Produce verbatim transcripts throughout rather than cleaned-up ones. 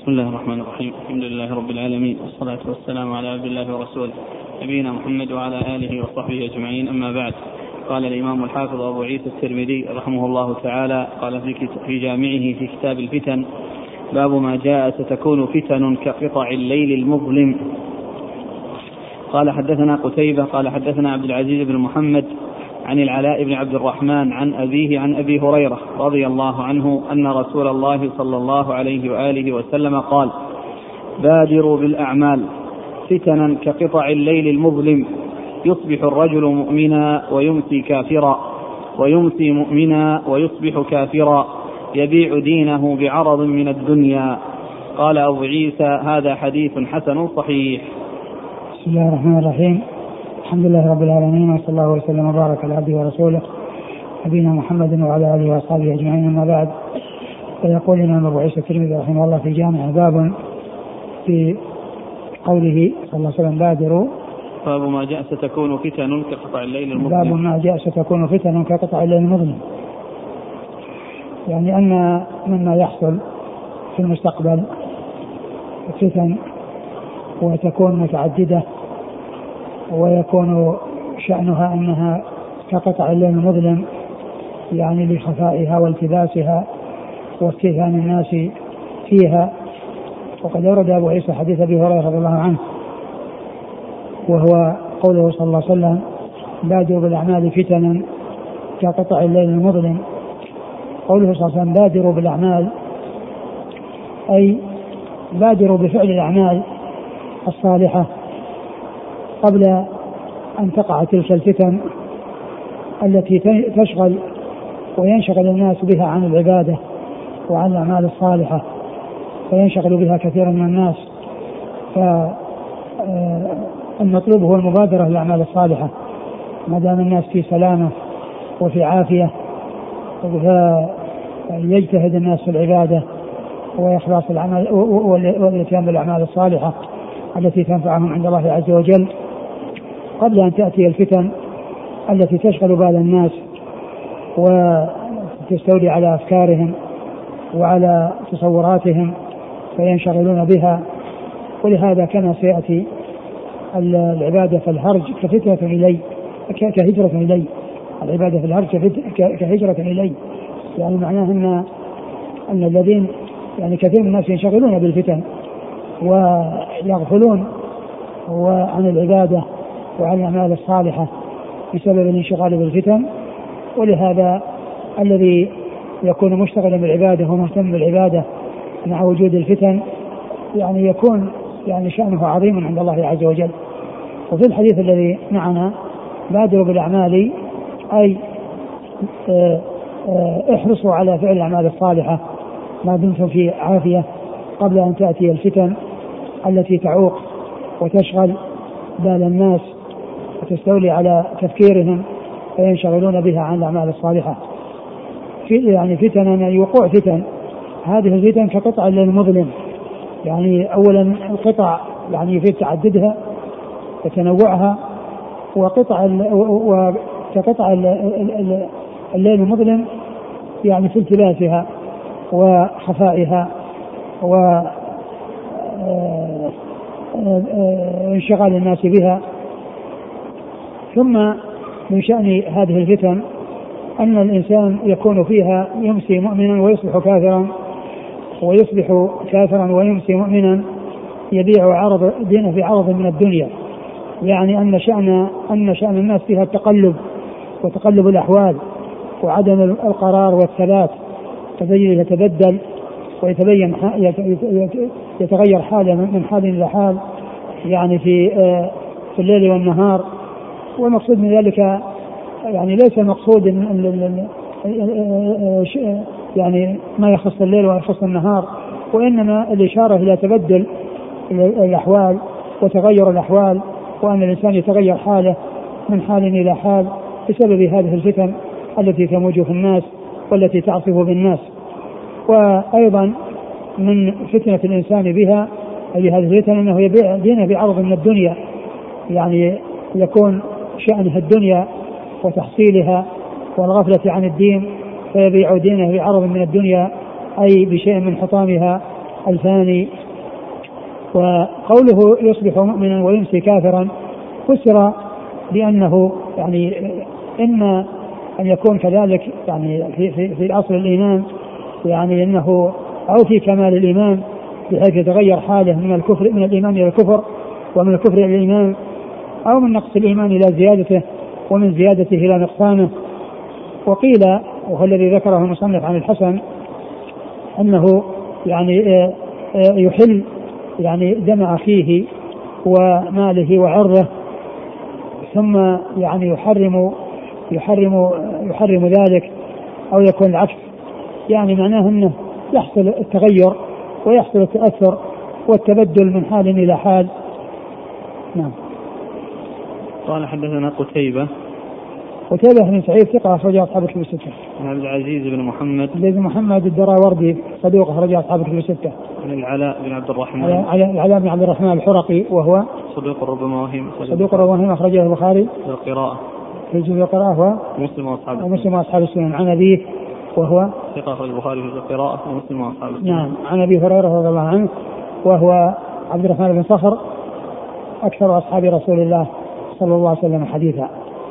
بسم الله الرحمن الرحيم. الحمد لله رب العالمين، والصلاة والسلام على عبد الله ورسوله نبينا محمد وعلى آله وصحبه أجمعين، أما بعد. قال الإمام الحافظ أبو عيسى الترمذي رحمه الله تعالى قال في جامعه في كتاب الفتن: باب ما جاء ستكون فتن كقطع الليل المظلم. قال حدثنا قتيبة قال حدثنا عبد العزيز بن محمد عن العلاء بن عبد الرحمن عن أبيه عن أبي هريرة رضي الله عنه أن رسول الله صلى الله عليه وآله وسلم قال: بادروا بالأعمال فتنا كقطع الليل المظلم، يصبح الرجل مؤمنا ويمسي كافرا، ويمسي مؤمنا ويصبح كافرا، يبيع دينه بعرض من الدنيا. قال أبو عيسى: هذا حديث حسن صحيح. بسم الله الرحمن الرحيم. الحمد لله رب العالمين، وصلى الله وسلم وبارك على عبده ورسوله نبينا محمد وعلى آله وأصحابه أجمعين، أما بعد. فيقول الإمام أبو عيسى الترمذي رحمه الله في جامع: باب في قوله صلى الله عليه وسلم: بادروا. باب ما جاء ستكون فتن كقطع الليل المظلم. باب ما جاء ستكون فتن كقطع الليل المظلم، يعني أن مما يحصل في المستقبل فتن وتكون متعددة، ويكون شأنها أنها كقطع الليل المظلم، يعني لخفائها والتباسها واستهان الناس فيها. وقد ورد أبو عيسى حديث أبي هريرة رضي الله عنه، وهو قوله صلى الله عليه وسلم: بادروا بالأعمال فتنا كقطع الليل المظلم. قوله صلى الله عليه وسلم بادروا بالأعمال، أي بادروا بفعل الأعمال الصالحة قبل أن تقع تلك الفتن التي تشغل وينشغل الناس بها عن العبادة وعن الأعمال الصالحة، فينشغل بها كثير من الناس. فالمطلوب هو المبادرة للأعمال الصالحة ما دام الناس في سلامة وفي عافية، فيجتهد الناس في العبادة وإخلاص العمل والاتيان بالأعمال الصالحة التي تنفعهم عند الله عز وجل قبل أن تأتي الفتن التي تشغل بال الناس وتستولي على أفكارهم وعلى تصوراتهم فينشغلون بها. ولهذا كما سيأتي العبادة في الهرج كفترة إلي كهجرة إلي العبادة في الهرج كهجرة إلي، يعني معناه أن أن الذين يعني كثير من الناس ينشغلون بالفتن ويغفلون عن العبادة وعن الأعمال الصالحة بسبب الانشغال بالفتن. ولهذا الذي يكون مشتغلا بالعبادة ومهتم بالعبادة مع وجود الفتن يعني يكون يعني شأنه عظيم عند الله عز وجل. وفي الحديث الذي معنا: بادروا بالأعمال، أي احرصوا على فعل الأعمال الصالحة ما دمتم في عافية قبل أن تأتي الفتن التي تعوق وتشغل بال الناس وتستولي على تفكيرهم فينشغلون بها عن الأعمال الصالحة. في يعني فتن يوقع فتن، هذه الفتن كقطع الليل المظلم، يعني أولا القطع يعني في تعددها وتنوعها، وقطع وكقطع الليل المظلم يعني في التباسها وخفائها وانشغال الناس بها. ثم من شأن هذه الفتن أن الإنسان يكون فيها يمسي مؤمنا ويصبح كافرا، ويصبح كافرا ويمسي مؤمنا، يبيع عرض دينه في عرض من الدنيا، يعني أن شأن أن شأن الناس فيها التقلب وتقلب الأحوال وعدم القرار والثبات، تبين يتبدل ويتبين يتغير حاله من حال إلى حال، يعني في في الليل والنهار. والمقصود من ذلك يعني ليس المقصود يعني ما يخص الليل ويخص النهار، وإنما الإشارة إلى تبدل الأحوال وتغير الأحوال، وأن الإنسان يتغير حاله من حال إلى حال بسبب هذه الفتن التي تموج في الناس والتي تعصف بالناس. وأيضا من فتنة الإنسان بها بهذه الفتن أنه يبيع دينه بعرض من الدنيا، يعني يكون شأنها الدنيا وتحصيلها والغفلة عن الدين، فيبيع دينه بعرض من الدنيا، أي بشيء من حطامها الفاني. وقوله يصبح مؤمنا ويمسي كافرا فسر بأنه يعني إما أن يكون كذلك يعني في, في, في أصل الإيمان يعني أنه أو في كمال الإيمان بحيث يتغير حاله من الكفر من الإيمان إلى الكفر ومن الكفر إلى الإيمان، أو من نقص الإيمان إلى زيادته ومن زيادته إلى نقصانه. وقيل وهو الذي ذكره المصنف عن الحسن أنه يعني يحل يعني دم أخيه وماله وعرضه ثم يعني يحرم يحرم يحرم ذلك، أو يكون العكس، يعني معناه أنه يحصل التغير ويحصل التأثر والتبدل من حال إلى حال. نعم. قال حدثنا قتيبة قتيبة بن سعيد ثقة أخرج أصحاب الكتب الستة. عن عبد العزيز بن محمد بن محمد الدراوردي صدوق أخرج أصحاب الكتب الستة. عن العلاء بن عبد الرحمن العلاء بن عبد الرحمن الحرقي وهو صدوق ربما وهم صدوق ربما وهم أخرجه البخاري في القراءة في جزء القراءة ومسلم وأصحاب ومسلم وأصحاب السنن. عن أبيه وهو ثقة أخرج البخاري في القراءة ومسلم وأصحاب السنن. نعم. عن أبي هريرة رضي الله عنه وهو عبد الرحمن بن صخر أكثر أصحاب رسول الله صلى الله عليه وسلم حديثا.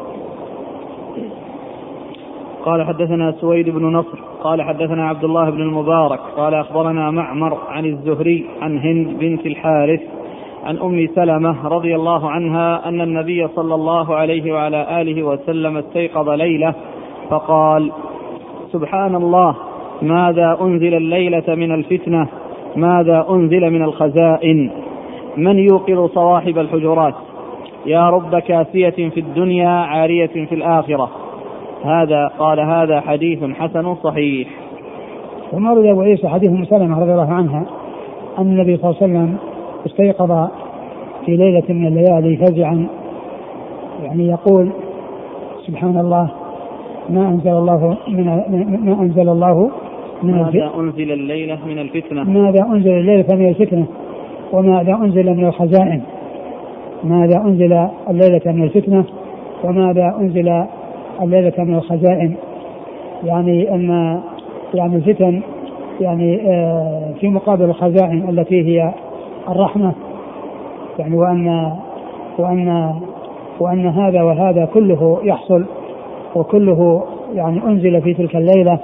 قال حدثنا سويد بن نصر قال حدثنا عبد الله بن المبارك قال أخبرنا معمر عن الزهري عن هند بنت الحارث عن أم سلمة رضي الله عنها أن النبي صلى الله عليه وعلى آله وسلم استيقظ ليلة فقال: سبحان الله، ماذا أنزل الليلة من الفتنة، ماذا أنزل من الخزائن، من يوقظ صواحب الحجرات، يا رب كاسية في الدنيا عارية في الآخرة. هذا قال هذا حديث حسن صحيح. ثم روى أبو عيسى حديث أم سلمة رضي الله عنها أن النبي صلى الله عليه وسلم استيقظ في ليلة من الليالي فزعا يعني يقول: سبحان الله، ما أنزل الله من ما أنزل الله من ماذا أنزل الليلة من الفتنة ماذا أنزل الليلة من الفتنة وماذا أنزل من الخزائن ماذا أنزل الليلة من الفتنة وماذا أنزل الليلة من الخزائن. يعني أن يعني الفتن يعني في مقابل الخزائن التي هي الرحمة، يعني وأن وأن وأن هذا وهذا كله يحصل وكله يعني أنزل في تلك الليلة.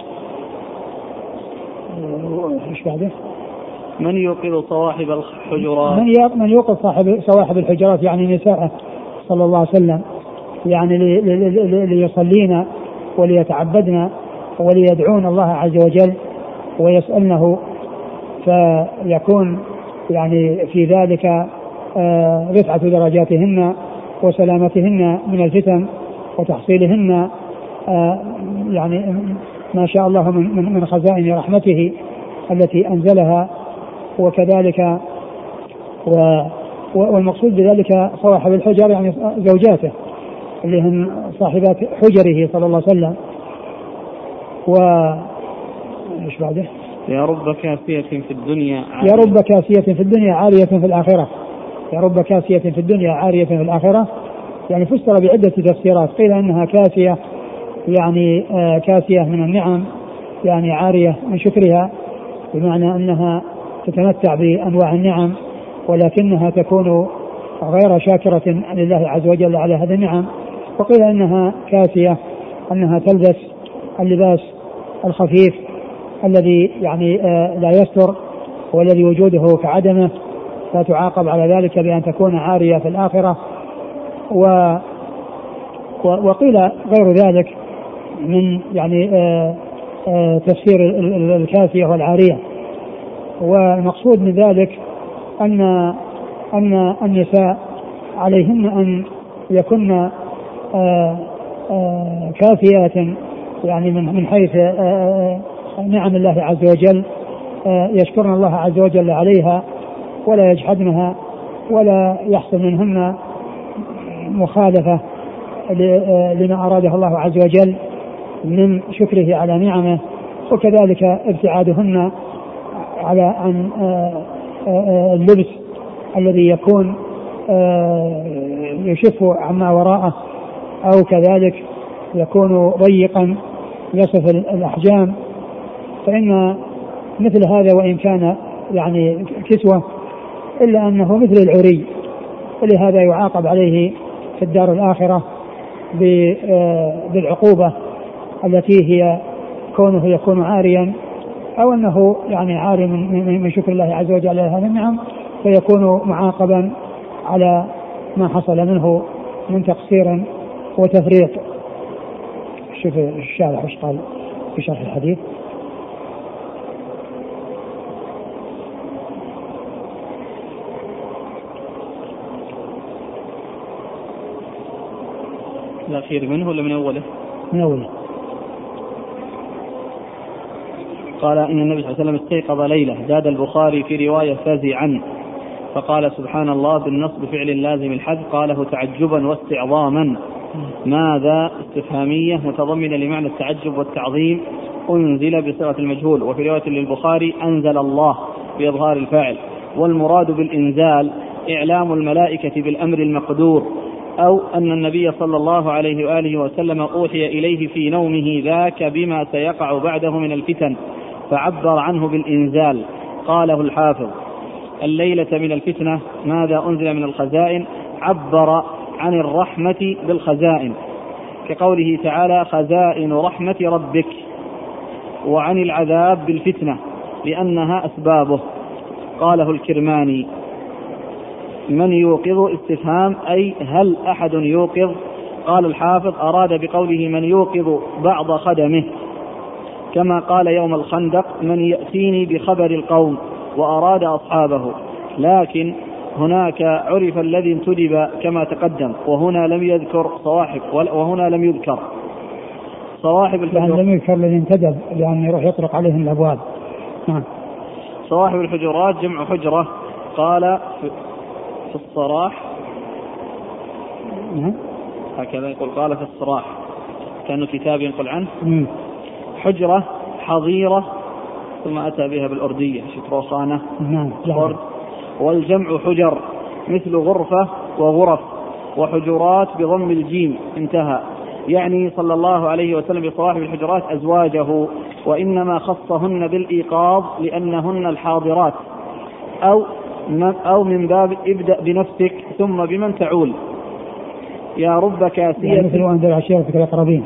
إيش بعده؟ من يوقظ صواحب الحجرات من من يوقظ صاحب صواحب الحجرات يعني نساءه صلى الله عليه وسلم، يعني ليصلين وليتعبدن وليدعون الله عز وجل ويسألنه، فيكون يعني في ذلك رفعة درجاتهن وسلامتهن من الفتن وتحصيلهن يعني ما شاء الله من من خزائن رحمته التي أنزلها. وكذلك والمقصود بذلك صواحب الحجر يعني زوجاته اللي هم صاحبات حجره صلى الله عليه وسلم. و ايش بعده؟ يا رب كاسية في الدنيا يا رب كاسية في الدنيا عارية في الآخرة. يا رب كاسية في الدنيا عارية في الآخرة، يعني فسر بعدة تفسيرات. قيل أنها كاسية يعني آه كاسية من النعم، يعني عارية من شكرها، بمعنى أنها تتمتع بأنواع النعم ولكنها تكون غير شاكرة لله عز وجل على هذه النعم. وقيل أنها كاسية أنها تلبس اللباس الخفيف الذي يعني آه لا يستر والذي وجوده كعدمه، لا تعاقب على ذلك بأن تكون عارية في الآخرة. و وقيل غير ذلك من يعني آه آه تفسير الكاسية والعارية. والمقصود من ذلك أن أن النساء عليهن أن يكن آه آه كافيات يعني من من حيث آه نعم الله عز وجل، آه يشكرن الله عز وجل عليها ولا يجحدنها ولا يحصل منهن مخالفة لما أراده الله عز وجل من شكره على نعمه، وكذلك ابتعادهن على عن اللبس الذي يكون يشف عما وراءه أو كذلك يكون ضيقا يصف الأحجام. فإن مثل هذا وإن كان يعني كسوة، إلا أنه مثل العري، ولهذا يعاقب عليه في الدار الآخرة بالعقوبة التي هي كونه يكون عاريا، أو أنه يعني عاري من, من شكر الله عز وجل على هذا النعم، فيكون معاقبا على ما حصل منه من تقصير وتفريط. شوف الشارح ايش قال في شرح الحديث. الأخير منه ولا من أوله؟ من أوله. قال إن النبي صلى الله عليه وسلم استيقظ ليلة، زاد البخاري في رواية فزعا، فقال سبحان الله بالنصب فعل لازم الحذف، قاله تعجبا واستعظاما. ماذا استفهامية متضمنة لمعنى التعجب والتعظيم، أنزل بصيغة المجهول. وفي رواية للبخاري أنزل الله بإظهار الفاعل. والمراد بالإنزال إعلام الملائكة بالأمر المقدور، أو أن النبي صلى الله عليه وآله وسلم أوحي إليه في نومه ذاك بما سيقع بعده من الفتن، فعبر عنه بالإنزال. قاله الحافظ الليلة من الفتنة. ماذا أنزل من الخزائن، عبر عن الرحمة بالخزائن كقوله تعالى خزائن رحمة ربك، وعن العذاب بالفتنة لأنها أسبابه. قاله الكرماني من يوقظ استفهام أي هل أحد يوقظ. قال الحافظ أراد بقوله من يوقظ بعض خدمه، كما قال يوم الخندق من يأتيني بخبر القوم، وأراد أصحابه، لكن هناك عرف الذي انتدب كما تقدم، وهنا لم يذكر صواحب، وهنا لم يذكر صواحب الحجرات، لم يذكر الذي انتدب لأن يروح يطرق عليهم الأبواب. صواحب الحجرات جمع حجرة. قال في الصراح هكذا يقول، قال في الصراح كأنه كتاب ينقل عنه م. حجرة حظيرة، ثم أتى بها بالأردية شتروخانة فرد. والجمع حجر مثل غرفة وغرف، وحجرات بضم الجيم انتهى. يعني صلى الله عليه وسلم بصواحب الحجرات أزواجه، وإنما خصهن بالإيقاظ لأنهن الحاضرات، أو أو من باب ابدأ بنفسك ثم بمن تعول. يا رب كاسية يعني مثل وأنذر عشيرتك الأقربين.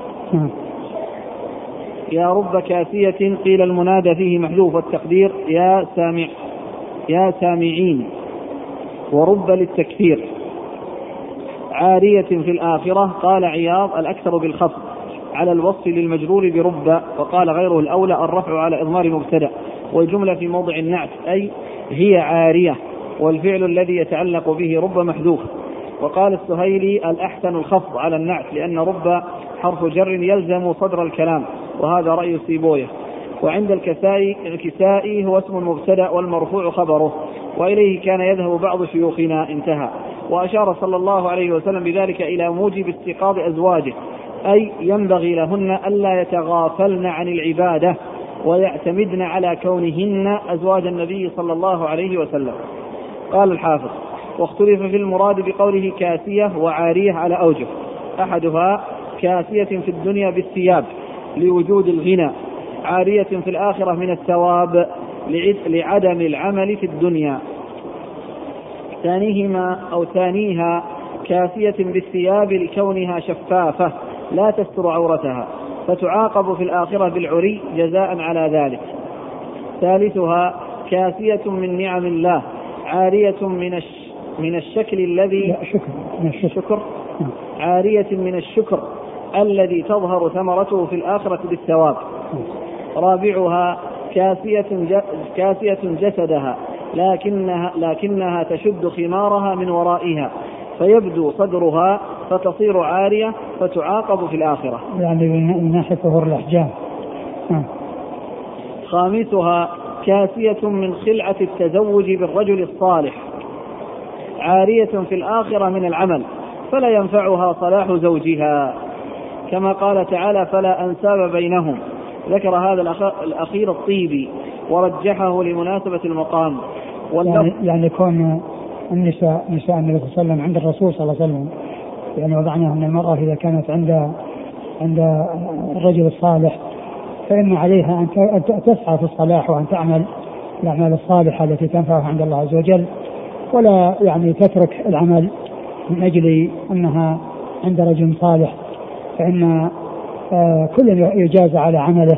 يا رب كاسية قيل المنادى فيه محذوف، والتقدير يا سامع يا سامعين، ورب للتكثير. عارية في الآخرة. قال عياض الأكثر بالخفض على الوصف للمجرور برب، وقال غيره الأولى الرفع على إضمار مبتدأ، والجملة في موضع النعت أي هي عارية، والفعل الذي يتعلق به رب محذوف. وقال السهيلي الأحسن الخفض على النعت، لأن رب حرف جر يلزم صدر الكلام، وهذا رأي سيبويه. وعند الكسائي الكسائي هو اسم المبتدأ والمرفوع خبره، وإليه كان يذهب بعض شيوخنا انتهى. وأشار صلى الله عليه وسلم بذلك إلى موجب استيقاظ أزواجه، أي ينبغي لهن ألا يتغافلن عن العبادة ويعتمدن على كونهن أزواج النبي صلى الله عليه وسلم. قال الحافظ واختلف في المراد بقوله كاسية وعارية على أوجه، أحدها كاسية في الدنيا بالثياب لوجود الغنى، عارية في الآخرة من الثواب لعدم العمل في الدنيا. ثانيهما أو ثانيها كاسية بالثياب لكونها شفافة لا تستر عورتها، فتعاقب في الآخرة بالعري جزاء على ذلك. ثالثها كاسية من نعم الله، عارية من الش من الشكل الذي من الشكر عارية من الشكر الذي تظهر ثمرته في الآخرة بالثواب. رابعها كاسية كاسية جسدها، لكنها لكنها تشد خمارها من ورائها فيبدو صدرها فتصير عارية فتعاقب في الآخرة، يعني من ناحية ظهور الأحجام. خامسها كاسية من خلعة التزوج بالرجل الصالح، عارية في الآخرة من العمل فلا ينفعها صلاح زوجها، كما قال تعالى فلا أنساب بينهم. ذكر هذا الأخير الطيبي ورجحه لمناسبة المقام. يعني, يعني كون النساء نساء النبي صلى الله عليه وسلم عند الرسول صلى الله عليه وسلم، يعني وضعنا أن المرأة إذا كانت عند عند الرجل الصالح فإن عليها أن تسعى في الصلاح وأن تعمل الأعمال الصالحة التي تنفعه عند الله عز وجل، ولا يعني تترك العمل من أجل أنها عند رجل صالح، فإن آه كل يجاز على عمله.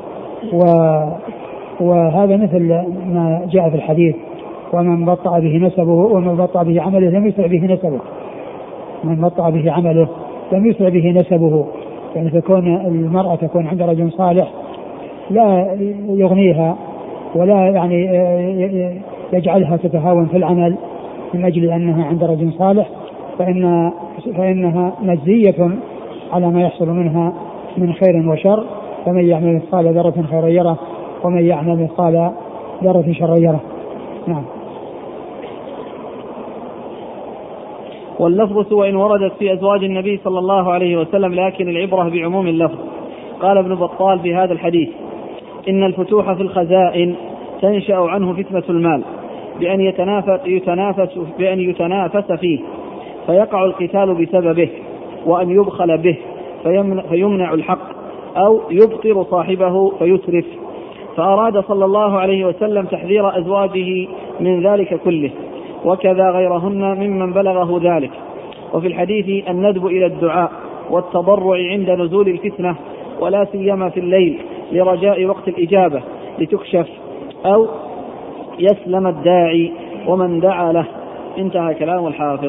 وهذا مثل ما جاء في الحديث: ومن بطأ به نسبه ومن بطأ به عمله لم يسرع به نسبه. من بطأ به عمله لم يسرع به نسبه، يعني تكون المرأة تكون عند رجل صالح لا يغنيها ولا يعني يجعلها تتهاون في العمل من أجل أنها عند رجل صالح، فإن فإنها مجزية على ما يحصل منها من خير وشر. فمن يعمل مثقال ذرة خيرا يره ومن يعمل مثقال ذرة شرا يره. نعم. واللفظ وإن وردت في أزواج النبي صلى الله عليه وسلم لكن العبرة بعموم اللفظ. قال ابن بطال في هذا الحديث: إن الفتوح في الخزائن تنشأ عنه فتنة المال بأن يتنافس, يتنافس, بأن يتنافس فيه فيقع القتال بسببه، وأن يبخل به فيمنع الحق، أو يبطر صاحبه فيسرف. فأراد صلى الله عليه وسلم تحذير أزواجه من ذلك كله، وكذا غيرهن ممن بلغه ذلك. وفي الحديث الندب إلى الدعاء والتضرع عند نزول الفتنة، ولا سيما في الليل لرجاء وقت الإجابة لتكشف أو يسلم الداعي ومن دعا له. انتهى كلام الحافظ.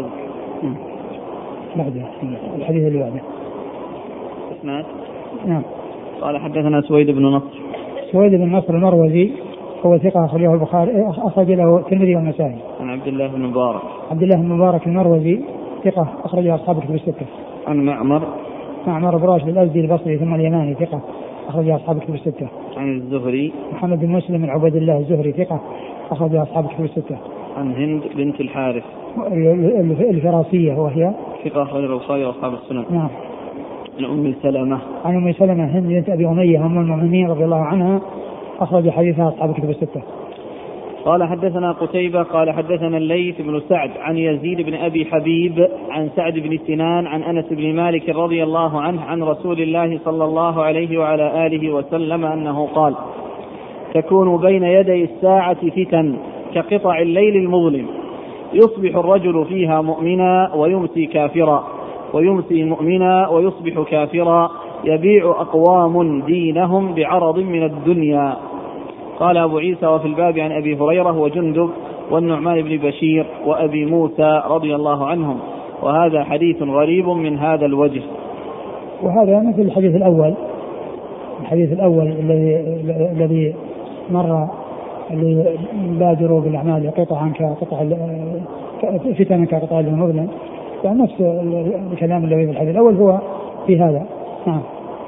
بعد الحديث اللي بعده. اسمعت. نعم. قال حدثنا سويد بن نصر. سويد بن نصر المروزي هو ثقة أخرجه البخاري أخرج له الترمذي والنسائي. عن عبد الله بن مبارك. عبد الله بن مبارك المروزي ثقة أخرجه أصحاب الكتب الستة. عن معمر. معمر بن راشد الأزدي البصري ثم اليماني ثقة أخرجه أصحاب الكتب الستة. عن الزهري. محمد بن مسلم بن عبد الله الزهري ثقة أخرجه أصحاب الكتب الستة. عن هند بنت الحارث الفراسية وهي ثقة أخرجه البخاري وأصحاب السنن. نعم. عن أم سلمة. عن أم سلمة هند بنت أبي أمية أم المؤمنين رضي الله عنها أخرج حديثها أصحاب الكتب الستة. قال حدثنا قتيبة قال حدثنا الليث بن سعد عن يزيد بن أبي حبيب عن سعد بن سنان عن أنس بن مالك رضي الله عنه عن رسول الله صلى الله عليه وعلى آله وسلم أنه قال: تكون بين يدي الساعة فتن كقطع الليل المظلم، يصبح الرجل فيها مؤمنا ويمسي كافرا، ويمسي مؤمنا ويصبح كافرا، يبيع أقوام دينهم بعرض من الدنيا. قال أبو عيسى: وفي الباب عن أبي هريرة وجندب والنعمان بن بشير وأبي موسى رضي الله عنهم، وهذا حديث غريب من هذا الوجه. وهذا مثل الحديث الأول الحديث الأول الذي الذي مر اللي بادروا بالأعمال قطعا كقطع فتن كقطع المظلم، يعني نفس الكلام الذي في الحديث الأول هو في هذا. نعم.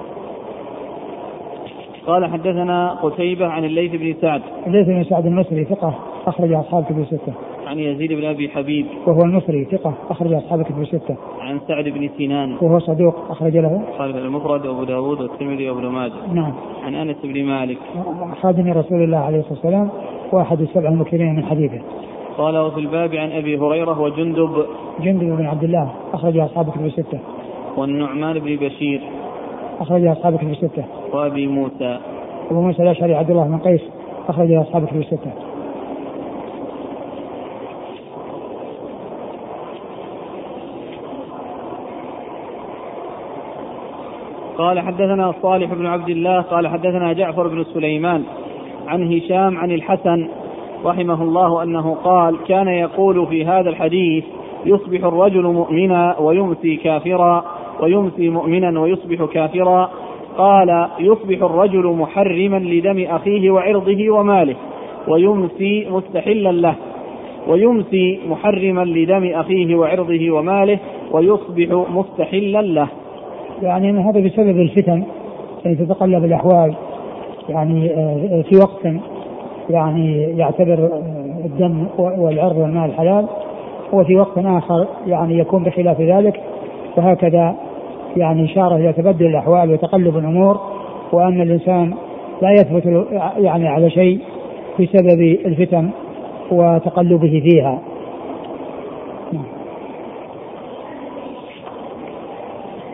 قال حدثنا قتيبة عن الليث بن سعد. الليث بن سعد المصري ثقة أخرج أصحاب الكتب الستة. عن يزيد بن أبي حبيب وهو المصري ثقة أخرج أصحاب الكتب الستة. عن سعد بن سنان وهو صدوق أخرج له قال المفرد وأبو داود والترمذي وابن ماجه. نعم. عن أنس بن مالك خادم رسول الله عليه الصلاة والسلام وأحد السبع المكثرين من حديثه. قال: وفي الباب عن أبي هريرة وجندب جندب بن عبد الله أخرج أصحاب الكتب الستة. والنعمان بن بشير أخرج أصحاب الكتب الستة. وأبي موسى أبو موسى الأشعري عبد الله بن قيس أخرج أصحاب الكتب الستة. قال حدثنا صالح بن عبد الله قال حدثنا جعفر بن سليمان عن هشام عن الحسن رحمه الله أنه قال: كان يقول في هذا الحديث: يصبح الرجل مؤمنا ويمسي كافرا، ويمسي مؤمنا ويصبح كافرا. قال: يصبح الرجل محرما لدم أخيه وعرضه وماله، ويمسي مستحلا له، ويمسي محرما لدم أخيه وعرضه وماله، ويصبح مستحلا له. يعني أن هذا بسبب الفتن التي تتقلب الأحوال، يعني في وقت يعني يعتبر الدم والعرض والمال حلال، وفي وقت آخر يعني يكون بخلاف ذلك، وهكذا يعني إشارة إلى تبدل الأحوال وتقلب الأمور، وأن الإنسان لا يثبت يعني على شيء بسبب الفتن وتقلبه فيها.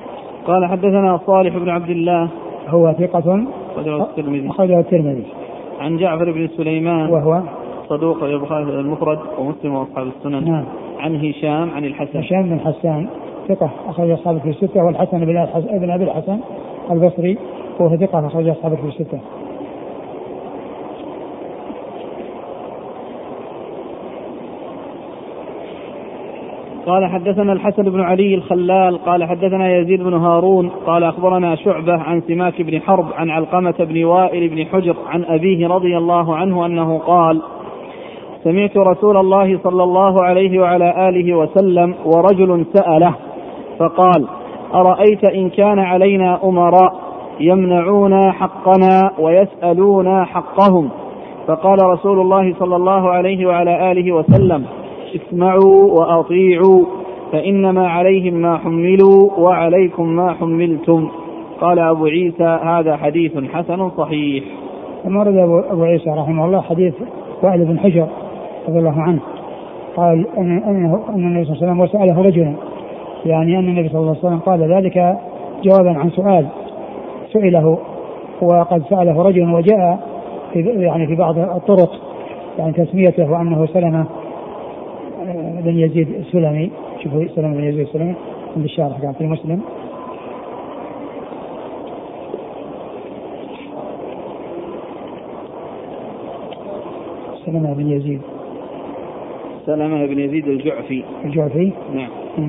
قال حدثنا صالح بن عبد الله هو ثقة أخرجه الترمذي. أخرجه الترمذي. عن جعفر بن سليمان وهو صدوق البخاري المفرد ومسلم وأصحاب السنن. نعم. عن هشام عن الحسن هشام بن حسان ثقة أخرج أصحاب في الستة، والحسن بن أبي الحسن البصري وهو ثقة أخرج أصحاب في الستة. قال حدثنا الحسن بن علي الخلال قال حدثنا يزيد بن هارون قال أخبرنا شعبة عن سماك بن حرب عن علقمة بن وائل بن حجر عن أبيه رضي الله عنه أنه قال سمعت رسول الله صلى الله عليه وعلى آله وسلم ورجل سأله فقال أرأيت إن كان علينا أمراء يمنعون حقنا ويسألون حقهم؟ فقال رسول الله صلى الله عليه وعلى آله وسلم اسمعوا وأطيعوا فإنما عليهم ما حملوا وعليكم ما حملتم. قال أبو عيسى هذا حديث حسن صحيح. ثم ورد أبو عيسى رحمه الله حديث وائل بن حجر رضي الله عنه قال أن النبي صلى الله عليه وسلم وسأله رجلا، يعني أن النبي صلى الله عليه وسلم قال ذلك جوابا عن سؤال سئله، وقد سأله رجل وجاء في يعني في بعض الطرق يعني تسميته وأنه سلمة بن يزيد السلمي. شوفوا سلمة بن يزيد السلمي عند الشارح كان في مسلم. سلمة بن يزيد سلمة بن يزيد الجعفي الجعفي نعم. مم.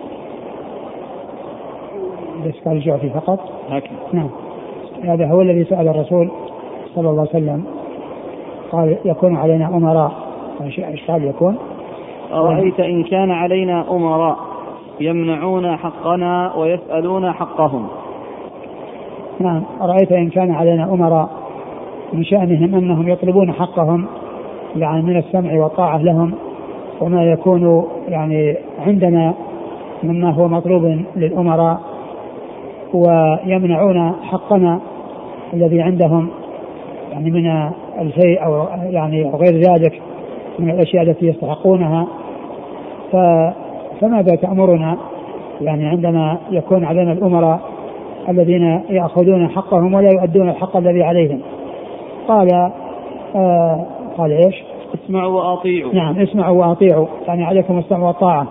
بس قال الجعفي فقط هكذا. نعم. هذا هو الذي سأل الرسول صلى الله عليه وسلم قال يكون علينا أمراء، ايش قال يكون؟ أرأيت إن كان علينا أمراء يمنعون حقنا ويسألون حقهم. نعم. أرأيت إن كان علينا أمراء من شأنهم أنهم يطلبون حقهم يعني من السمع والطاعة لهم وما يكون يعني عندنا مما هو مطلوب للأمراء، ويمنعون حقنا الذي عندهم يعني من الشيء أو يعني غير ذلك من الأشياء التي يستحقونها. فماذا تأمرنا يعني عندما يكون علينا الأمراء الذين يأخذون حقهم ولا يؤدون الحق الذي عليهم؟ قال آه قال إيش؟ اسمعوا وأطيعوا. نعم اسمعوا وأطيعوا، يعني عليكم السمع والطاعة،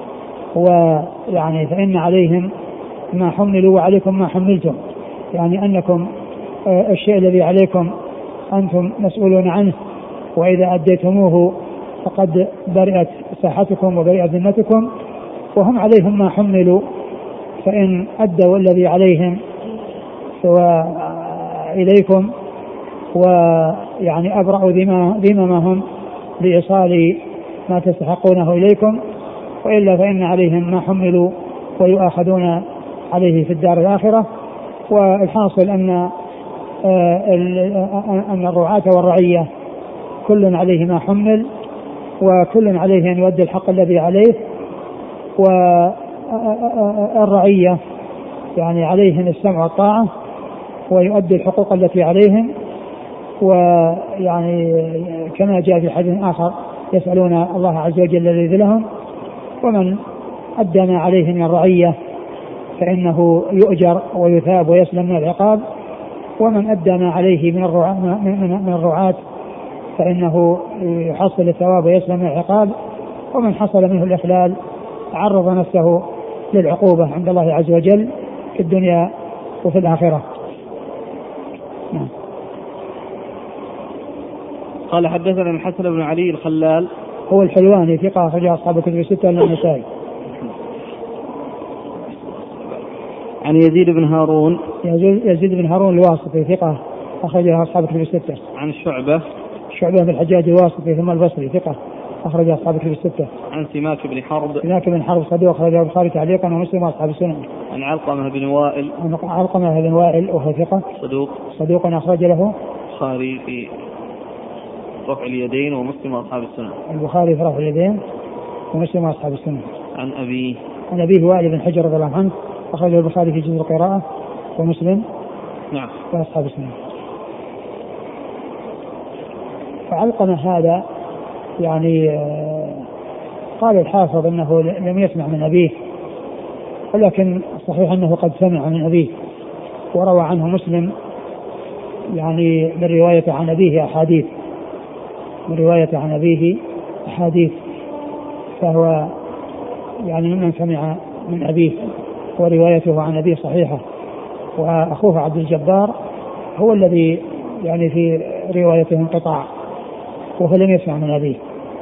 ويعني فإن عليهم ما حملوا وعليكم ما حملتم، يعني أنكم آه الشيء الذي عليكم أنتم مسؤولون عنه، وإذا أديتموه فقد برئت ساحتكم وبرئت ذمتكم، وهم عليهم ما حملوا، فإن أدوا الذي عليهم إليكم ويعني أبرأوا ذممهم بإيصال ما تستحقونه إليكم، وإلا فإن عليهم ما حملوا ويؤاخذون عليه في الدار الآخرة. والحاصل أن أن الرعاة والرعية كل عليه ما حمل، وكل عليه أن يؤدي الحق الذي عليه، والرعية يعني عليهم السمع والطاعة ويؤدي الحقوق التي عليهم. ويعني كما جاء في حديث آخر يسألون الله عز وجل الذي لهم، ومن أدى ما عليه من الرعية فإنه يؤجر ويثاب ويسلم من العقاب، ومن أدى ما عليه من الرعاة, من الرعاة فإنه يحصل الثواب ويسلم من العقاب، ومن حصل منه الإخلال عرض نفسه للعقوبة عند الله عز وجل في الدنيا وفي الآخرة. نعم. قال حدثنا الحسن بن علي الخلال هو الحلواني ثقة أخرج أصحاب الكتب الستة إلا النسائي. عن يزيد بن هارون يزيد بن هارون الواسطي ثقة أخرجها أصحاب الكتب الستة. عن شعبة شعبة بن الحجاج الواسطي ثم البصري ثقة أخرج أصحاب الكتب الستة. عن سماك بن حرب سماك بن حرب صدوق أخرجه البخاري تعليقا ومسلم وأصحاب السنن. عن علقمة بن وائل عن علقمة بن وائل وهو ثقة صدوق صدوق أخرج له البخاري في رفع اليدين ومسلم وأصحاب السنن. البخاري في رفع اليدين ومسلم وأصحاب السنن. عن أبيه عن أبيه وائل بن حجر رضي الله عنه أخرجه البخاري في جزء القراءة ومسلم نعم وأصحاب السنن. فعلقمة هذا يعني قال الحافظ أنه لم يسمع من أبيه، ولكن الصحيح أنه قد سمع من أبيه، وروى عنه مسلم يعني من رواية عن أبيه أحاديث من رواية عن أبيه أحاديث فهو يعني ممن سمع من أبيه وروايته عن أبيه صحيحة. وأخوه عبد الجبار هو الذي يعني في روايته انقطاع وهو لم يسمع من أبيه.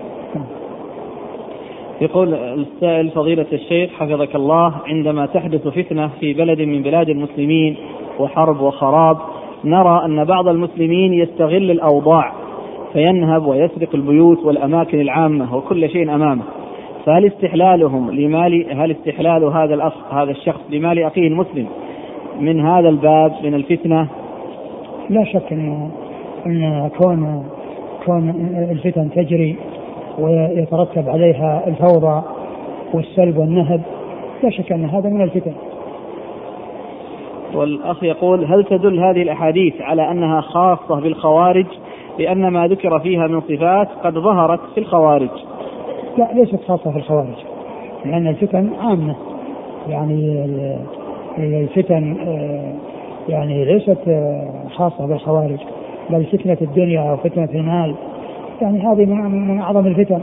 يقول السائل فضيلة الشيخ حفظك الله: عندما تحدث فتنة في بلد من بلاد المسلمين وحرب وخراب، نرى أن بعض المسلمين يستغل الأوضاع فينهب ويسرق البيوت والأماكن العامة وكل شيء أمامه، فهل استحلالهم لمال هل استحلال هذا الأخ هذا الشخص لمال أخيه المسلم من هذا الباب من الفتنة؟ لا شك أن أن كون كون الفتن تجري ويترتب عليها الفوضى والسلب والنهب لا شك أن هذا من الفتن. والأخ يقول: هل تدل هذه الأحاديث على أنها خاصة بالخوارج لأن ما ذكر فيها من صفات قد ظهرت في الخوارج؟ لا، ليست خاصة في الخوارج، لأن الفتن عامة، يعني الفتن يعني ليست خاصة بالخوارج، بل فتنة الدنيا أو فتنة المال يعني هذه من أعظم الفتن.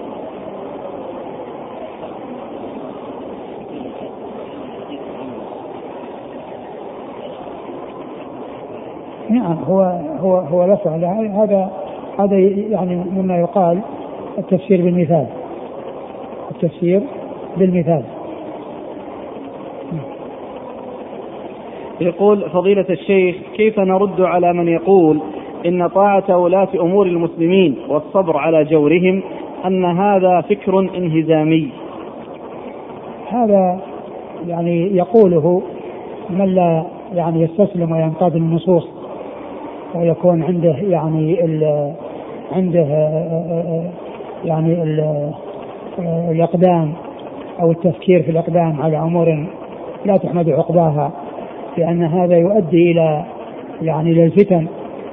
نعم، هو هو هو لفظ هذا هذا يعني مما يقال التفسير بالمثال التفسير بالمثال. يقول فضيلة الشيخ: كيف نرد على من يقول إن طاعة ولاة أمور المسلمين والصبر على جورهم أن هذا فكر انهزامي؟ هذا يعني يقوله من لا يعني يستسلم وينقاد النصوص ويكون عنده يعني ال عنده يعني ال الإقدام أو التفكير في الإقدام على أمور لا تحمد عقباها، لأن هذا يؤدي إلى يعني للفتن،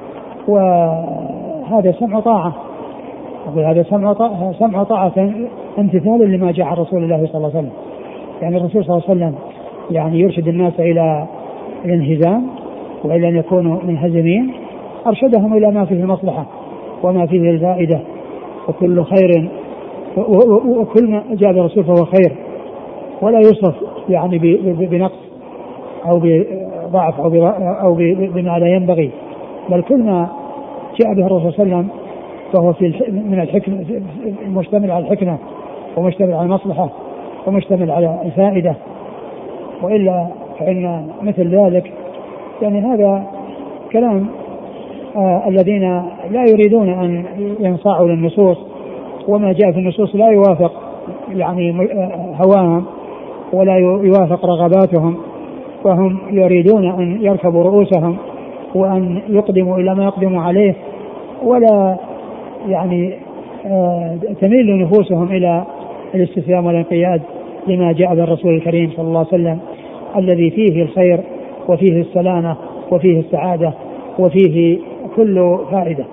وهذا سمع طاعة وهذا سمع طاعة, سمع طاعة امتثال لما جاء عن رسول الله صلى الله عليه وسلم. يعني الرسول صلى الله عليه وسلم يعني يرشد الناس إلى الانهزام وإلى أن يكونوا منهزمين، أرشدهم إلى ما فيه المصلحة وما فيه الفائدة، وكل خير وكل ما جاء بالرسول فهو خير، ولا يوصف يعني بنقص أو بضعف أو بما لا ينبغي، بل كل ما جاء به الرسول صلى الله عليه وسلم فهو في من الحكمة، مشتمل على الحكمة ومشتمل على المصلحة ومشتمل على الفائدة، وإلا فإن مثل ذلك يعني هذا كلام آه الذين لا يريدون أن ينصاعوا للنصوص، وما جاء في النصوص لا يوافق يعني هواهم ولا يوافق رغباتهم، وهم يريدون أن يركبوا رؤوسهم وأن يقدموا إلى ما يقدموا عليه، ولا يعني آه تميل نفوسهم إلى الاستسلام والانقياد لما جاء بالرسول الكريم صلى الله عليه وسلم الذي فيه الخير وفيه السلامة وفيه السعادة وفيه كل فائدة.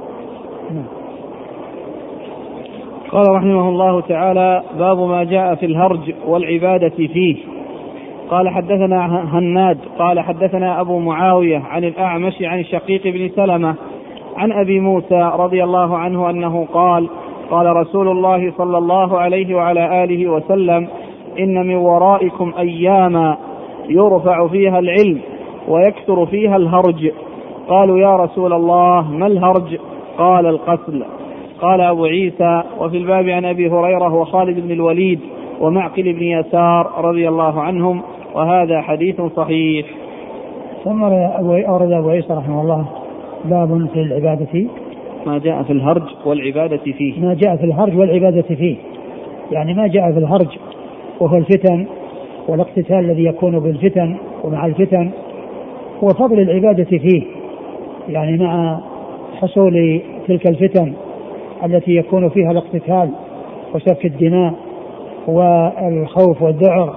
قال رحمه الله تعالى: باب ما جاء في الهرج والعبادة فيه. قال حدثنا هناد قال حدثنا أبو معاوية عن الأعمش عن الشقيق بن سلمة عن أبي موسى رضي الله عنه أنه قال: قال رسول الله صلى الله عليه وعلى آله وسلم: إن من ورائكم أياما يرفع فيها العلم ويكثر فيها الهرج. قالوا: يا رسول الله ما الهرج؟ قال: القتل. قال أبو عيسى: وفي الباب عن أبي هريرة وخالد بن الوليد ومعقل بن يسار رضي الله عنهم، وهذا حديث صحيح. ثم أورد أبو عيسى رحمه الله باب في العبادة ما جاء في الهرج والعبادة فيه. ما جاء في الهرج والعبادة فيه، يعني ما جاء في الهرج وهو الفتن والاقتتال الذي يكون بالفتن ومع الفتن، وفضل العبادة فيه، يعني مع حصول تلك الفتن التي يكون فيها الاقتتال وسفك الدماء والخوف والذعر،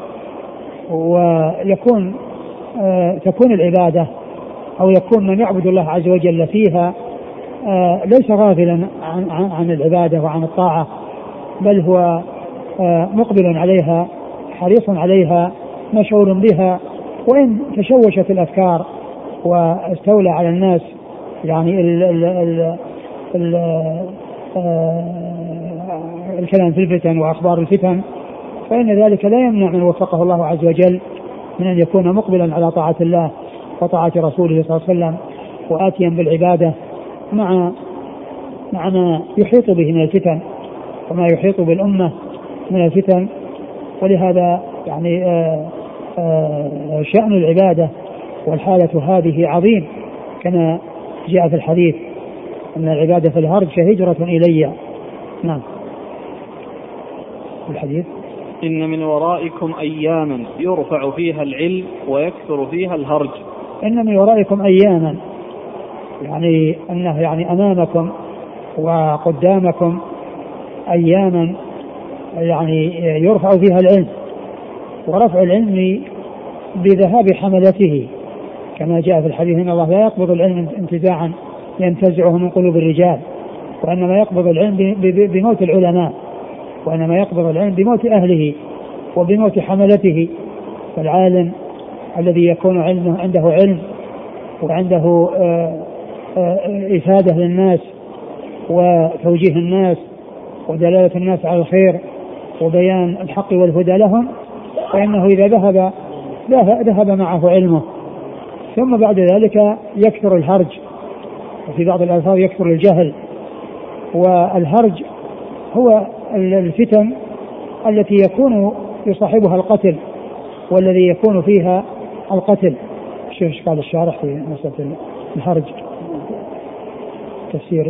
ويكون آه تكون العبادة أو يكون من يعبد الله عز وجل فيها آه ليس غافلا عن, عن, عن العبادة وعن الطاعة، بل هو آه مقبل عليها حريص عليها مشعور بها، وإن تشوشت الأفكار واستولى على الناس يعني ال ال ال ال الكلام في الفتن وأخبار الفتن، فإن ذلك لا يمنع من وفقه الله عز وجل من أن يكون مقبلا على طاعة الله وطاعة رسوله صلى الله عليه وسلم، وآتيا بالعبادة مع مع ما يحيط به من الفتن وما يحيط بالأمة من الفتن. ولهذا يعني آآ آآ شأن العبادة والحالة هذه عظيم، كما جاء في الحديث أن العبادة في الهرج هجرة إلي. نعم. الحديث إن من ورائكم أياما يرفع فيها العلم ويكثر فيها الهرج. إن من ورائكم أياما يعني أنه يعني أمامكم وقدامكم أياما يعني يرفع فيها العلم، ورفع العلم بذهاب حملته كما جاء في الحديث إن الله لا يقبض العلم انتزاعا ينتزعه من قلوب الرجال، وإنما يقبض العلم بموت العلماء، وإنما يقبض العلم بموت أهله وبموت حملته. فالعالم الذي يكون علمه عنده علم وعنده إفادة للناس وتوجيه الناس ودلالة الناس على الخير وبيان الحق والهدى لهم، فإنه إذا ذهب ذهب معه علمه. ثم بعد ذلك يكثر الهرج، وفي بعض الألفاظ يكثر الجهل. والهرج هو الفتن التي يكون يصاحبها القتل والذي يكون فيها القتل. شوف ايش قال الشارح في مسألة الهرج تفسير.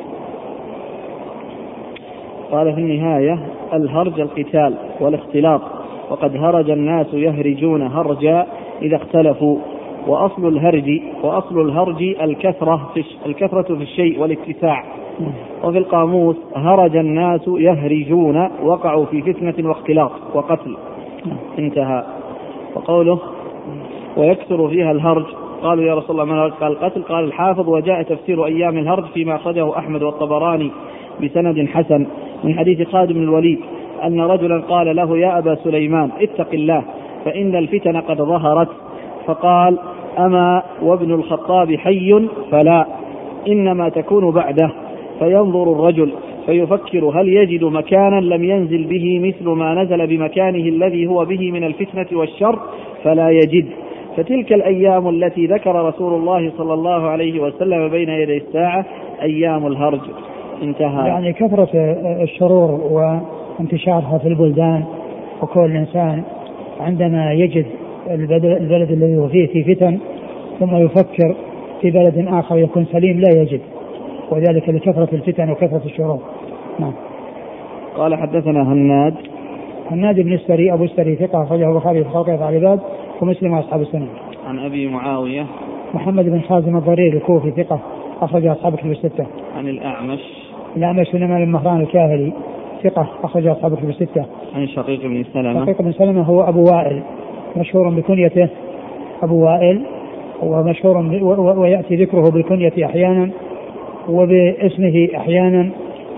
قال في النهاية: الهرج القتال والاختلاط، وقد هرج الناس يهرجون هرجا إذا اختلفوا. وأصل الهرج وأصل الهرج الكثرة في الكثرة في الشيء والاتساع. وفي القاموس هرج الناس يهرجون وقعوا في فتنة واختلاط وقتل. انتهى. وقوله ويكثر فيها الهرج، قالوا يا رسول الله ما الهرج؟ قال القتل. قال الحافظ: وجاء تفسير أيام الهرج فيما أخرجه أحمد والطبراني بسند حسن من حديث خالد بن الوليد أن رجلا قال له: يا أبا سليمان اتق الله فإن الفتن قد ظهرت. فقال: أما وابن الخطاب حي؟ فلا، إنما تكون بعده. فينظر الرجل فيفكر هل يجد مكانا لم ينزل به مثل ما نزل بمكانه الذي هو به من الفتنة والشر، فلا يجد. فتلك الأيام التي ذكر رسول الله صلى الله عليه وسلم بين يدي الساعة أيام الهرج. انتهى. يعني كثرة الشرور وانتشارها في البلدان، وكل إنسان عندما يجد البلد الذي هو فيه في فتن ثم يفكر في بلد آخر يكون سليم لا يجد، وذلك لكثرة الفتن وكثرة الشرور. نعم. قال حدثنا هناد هناد بن السري أبو السري ثقة أخرجه البخاري في خلق أفعال العباد ومسلم وأصحاب السنن. عن أبي معاوية محمد بن خازم الضرير الكوفي ثقة أخرج أصحاب الكتب الستة. عن الأعمش الأعمش سليمان بن مهران الكاهلي ثقة أخرج أصحاب الكتب الستة. عن شقيق بن سلمة شقيق بن سلمة هو أبو وائل مشهور بكنيته أبو وائل، ومشهور ويأتي ذكره بالكنية أحيانا وباسمه أحيانا.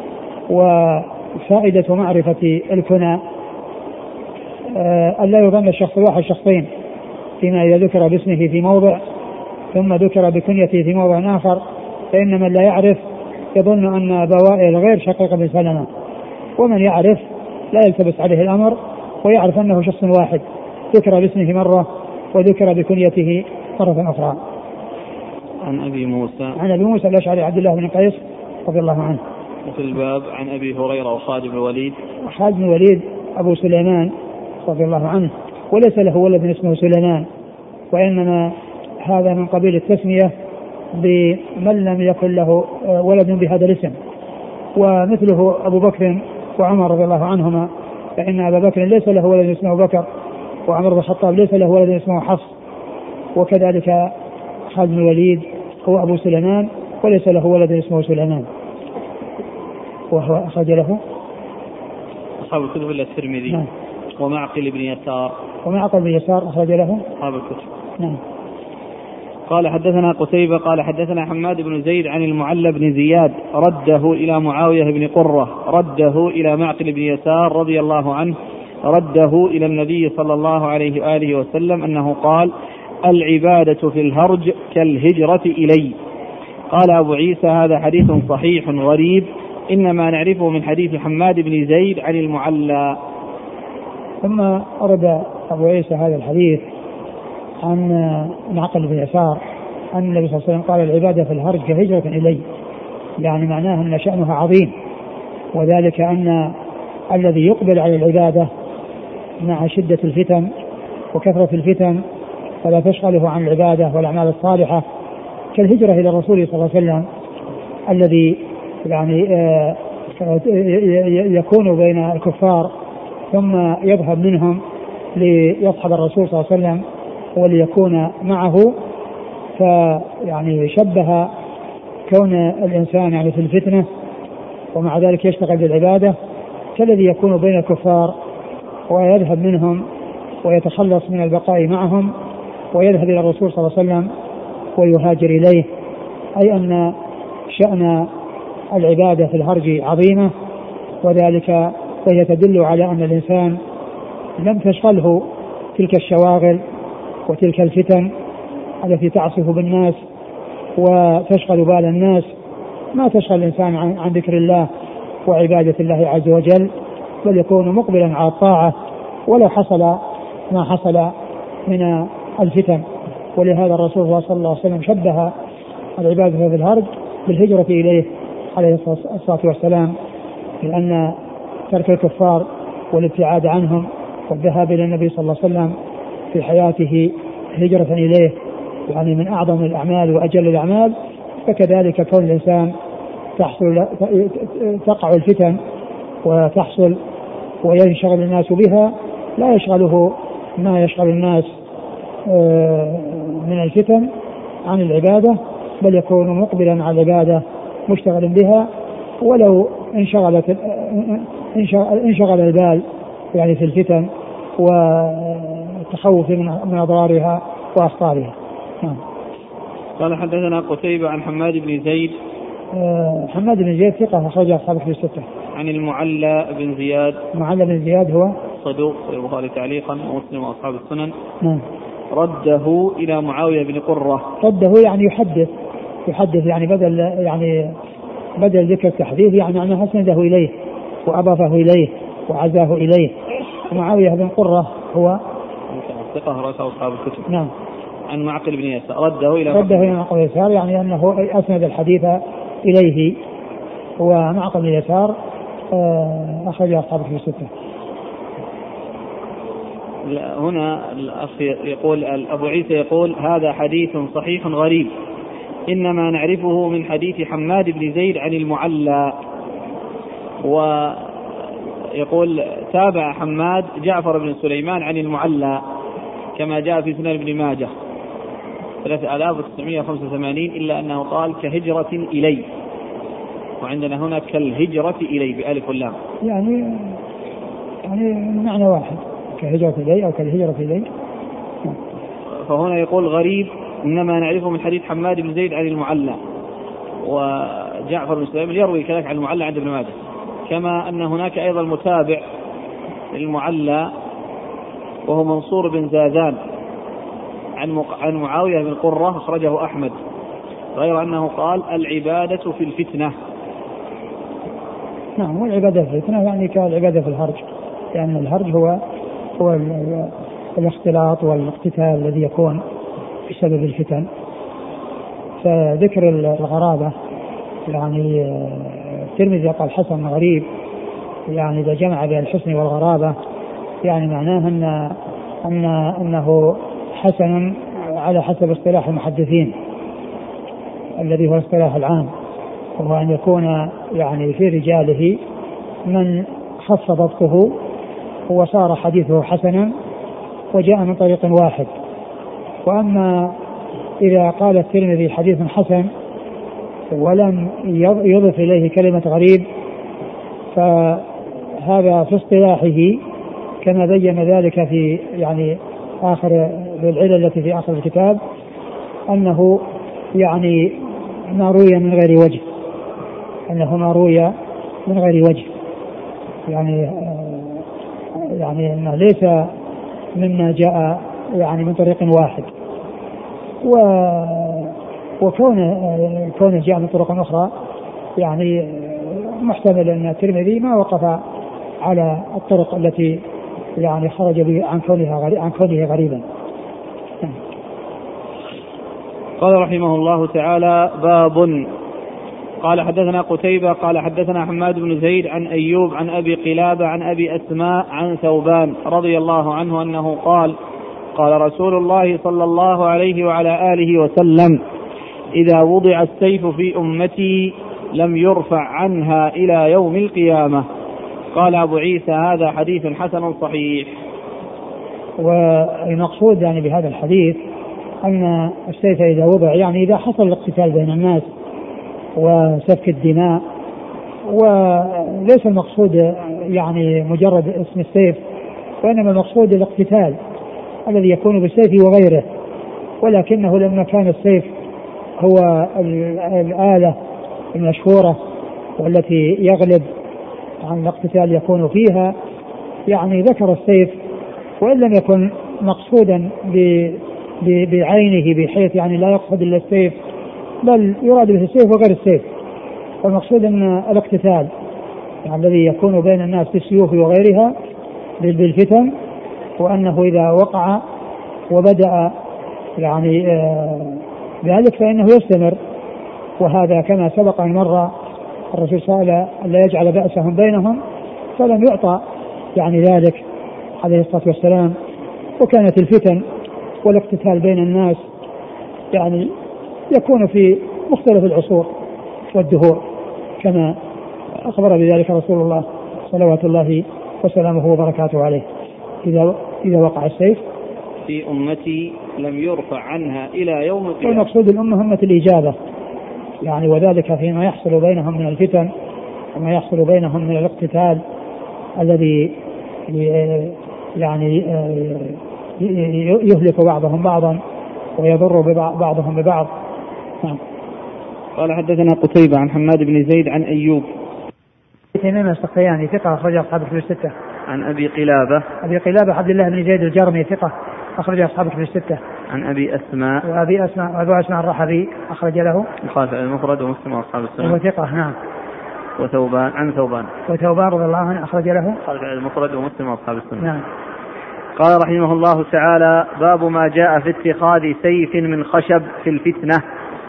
وفائدة معرفة الكنى أن لا يظن الشخص الواحد شخصين، فيما إذا ذكر باسمه في موضع ثم ذكر بكنيته في موضع آخر، فإن من لا يعرف يظن أن أبا وائل غير شقيق بن سلمة، ومن يعرف لا يلتبس عليه الأمر ويعرف أنه شخص واحد ذكر باسمه مرة وذكر بكنيته مرة أخرى. عن أبي موسى عن أبي موسى الأشعري عبد الله بن قيس رضي الله عنه. وفي الباب عن أبي هريرة وخالد بن الوليد. خالد بن الوليد أبو سليمان رضي الله عنه، وليس له ولد اسمه سليمان، وإنما هذا من قبيل التسمية بمن لم يكن له ولد بهذا الاسم. ومثله أبو بكر وعمر رضي الله عنهما، فإن أبا بكر ليس له ولد اسمه بكر، وعمر بن الخطاب ليس له ولد اسمه حفص، وكذلك خالد بن الوليد هو أبو سليمان وليس له ولد اسمه سليمان، وهو أخرج له أصحاب الكتب إلا الترمذي. نعم. ومعقل بن يسار ومعقل بن يسار أخرج له أصحاب الكتب. نعم. قال حدثنا قتيبة قال حدثنا حماد بن زيد عن المعلى بن زياد رده إلى معاوية بن قرة رده إلى معقل بن يسار رضي الله عنه رده إلى النبي صلى الله عليه وآله وسلم أنه قال: العبادة في الهرج كالهجرة إلي. قال أبو عيسى هذا حديث صحيح غريب إنما نعرفه من حديث حماد بن زيد عن المعلى. ثم أرد أبو عيسى هذا الحديث عن معقل بن يسار أن النبي صلى الله عليه وسلم قال العبادة في الهرج كهجرة إلي، يعني معناه أن شأنها عظيم، وذلك أن الذي يقبل على العبادة مع شدة الفتن وكثرة الفتن فلا تشغله عن العبادة والأعمال الصالحة كالهجرة إلى الرسول صلى الله عليه وسلم الذي يعني يكون بين الكفار ثم يذهب منهم ليصحب الرسول صلى الله عليه وسلم وليكون معه. فيعني شبه كون الإنسان يعني في الفتنة ومع ذلك يشتغل بالعبادة كالذي يكون بين الكفار ويذهب منهم ويتخلص من البقاء معهم ويذهب إلى الرسول صلى الله عليه وسلم ويهاجر إليه، أي أن شأن العبادة في الهرج عظيمة، وذلك وهي تدل على أن الإنسان لم تشغله تلك الشواغل وتلك الفتن التي تعصف بالناس وتشغل بال الناس، ما تشغل الإنسان عن, عن ذكر الله وعبادة الله عز وجل، بل يكون مقبلا على الطاعة ولو حصل ما حصل من الفتن. ولهذا الرسول صلى الله عليه وسلم شبه العبادة في الهرج بالهجرة إليه عليه الصلاة والسلام، لأن ترك الكفار والابتعاد عنهم والذهاب إلى النبي صلى الله عليه وسلم في حياته هجرة إليه يعني من أعظم الأعمال وأجل الأعمال، فكذلك كون الإنسان تحصل تقع الفتن وتحصل وينشغل الناس بها لا يشغله ما يشغل الناس من الفتن عن العبادة، بل يكون مقبلا على العبادة مشتغل بها، ولو انشغلت انشغل البال يعني في الفتن والتخوف من أضرارها وأخطارها. قال حدثنا قتيبة عن حماد بن زيد. أه حماد بن زيد ثقة أخرج أصحاب الكتب الستة. عن المعلى بن زياد. المعلى بن زياد هو صدوق في البخاري تعليقا ومسلم وأصحاب السنن. نعم. رده إلى معاوية بن قرة. رده يعني يحدث يحدث يعني بدل يعني بدل ذكر التحديث يعني أنه أسنده إليه وأضافه إليه وعزاه إليه. معاوية بن قرة هو ثقة رأس أصحاب الكتب. نعم. عن معقل بن يسار رده إلى رده إلى معقل بن يسار يعني أنه أسند الحديث إليه، ومعقل بن يسار أخرج أصحاب الكتب الستة. هنا الأخ يقول أبو عيسى يقول هذا حديث صحيح غريب إنما نعرفه من حديث حماد بن زيد عن المعلى. ويقول تابع حماد جعفر بن سليمان عن المعلى كما جاء في سنن ابن ماجه ثلاثة آلاف وتسعمائة وخمسة وثمانين، إلا أنه قال كهجرة إلي، وعندنا هنا كالهجرة إلي بألف واللام، يعني يعني معنى واحد كهجرة إلي أو كالهجرة إلي. فهنا يقول غريب إنما نعرفه من حديث حماد بن زيد عن المعلى، وجعفر بن سليمان يروي كذلك عن المعلى عند ابن ماجه، كما أن هناك أيضا متابع للمعلى وهو منصور بن زازان عن عن معاوية بن قرة أخرجه أحمد، غير أنه قال العبادة في الفتنة. نعم، والعبادة في الفتنة يعني كالعبادة في الهرج، لأن يعني الهرج هو هو الاختلاط والاقتتال الذي يكون بسبب الفتن. فذكر الغرابة يعني الترمذي قال حسن غريب، يعني إذا جمع بين الحسن والغرابة يعني معناه أن أن أنه حسن على حسب اصطلاح المحدثين الذي هو الاصطلاح العام، وهو أن يكون يعني في رجاله من خف ضبطه وصار حديثه حسنا وجاء من طريق واحد. وأما إذا قال الترمذي حديث حسن ولم يضف إليه كلمة غريب فهذا في اصطلاحه كما بين ذلك في يعني آخر العلل التي في آخر الكتاب أنه يعني ما روي من غير وجه، أنه ما روي من غير وجه يعني يعني أنه ليس مما جاء يعني من طريق واحد. وكونه كونه جاء من طرق أخرى يعني محتمل أن الترمذي ما وقف على الطرق التي يعني خرج به عن كونها عن كونه غريبا. قال رحمه الله تعالى: باب. قال حدثنا قتيبة قال حدثنا حماد بن زيد عن أيوب عن أبي قلابة عن أبي أسماء عن ثوبان رضي الله عنه أنه قال: قال رسول الله صلى الله عليه وعلى آله وسلم: إذا وضع السيف في أمتي لم يرفع عنها إلى يوم القيامة. قال أبو عيسى: هذا حديث حسن صحيح. والمقصود يعني بهذا الحديث أن السيف إذا وضع يعني إذا حصل الاقتتال بين الناس وسفك الدماء، وليس المقصود يعني مجرد اسم السيف، وإنما المقصود الاقتتال الذي يكون بالسيف وغيره، ولكنه لما كان السيف هو الآلة المشهورة والتي يغلب عن الاقتتال يكون فيها يعني ذكر السيف، وإن لم يكن مقصودا بعينه بحيث يعني لا يقصد إلا السيف، بل يراد به السيف وغير السيف. والمقصود أن الاقتتال يعني الذي يكون بين الناس بالسيوف وغيرها بالفتن، وأنه إذا وقع وبدأ يعني ذلك فإنه يستمر. وهذا كما سبق أن مر الرسول صلى الله عليه وسلم أن لا يجعل بأسهم بينهم، فلم يعطى يعني ذلك عليه الصلاة والسلام. وكانت الفتن والاقتتال بين الناس يعني يكون في مختلف العصور والدهور، كما أخبر بذلك رسول الله صلوات الله وسلامه وبركاته عليه. إذا إذا وقع السيف في أمتي لم يرفع عنها إلى يوم القيامة. والمقصود الأمة همة الإجابة يعني، وذلك فيما يحصل بينهم من الفتن وما يحصل بينهم من الاقتتال الذي يعني يهلك بعضهم بعضا ويضر بعضهم ببعض. قال حدثنا قتيبة عن حماد بن زيد عن أيوب تميم السختياني ثقة أخرج أصحاب الكتب الستة. عن أبي قلابة أبي قلابة عبد الله بن زيد الجرمي ثقة أخرج أصحاب الكتب الستة. عن أبي أسماء وأبي أسماء وأبو أسماء الرحبي أخرج له الخالف المفرد ومسلم وأصحاب السنة. هو ثقة نعم. وثوبان عن ثوبان وثوبان رضي الله عنه أخرج له الخالف المفرد ومسلم وأصحاب السنة. نعم. قال رحمه الله تعالى: باب ما جاء في اتخاذ سيف من خشب في الفتنة.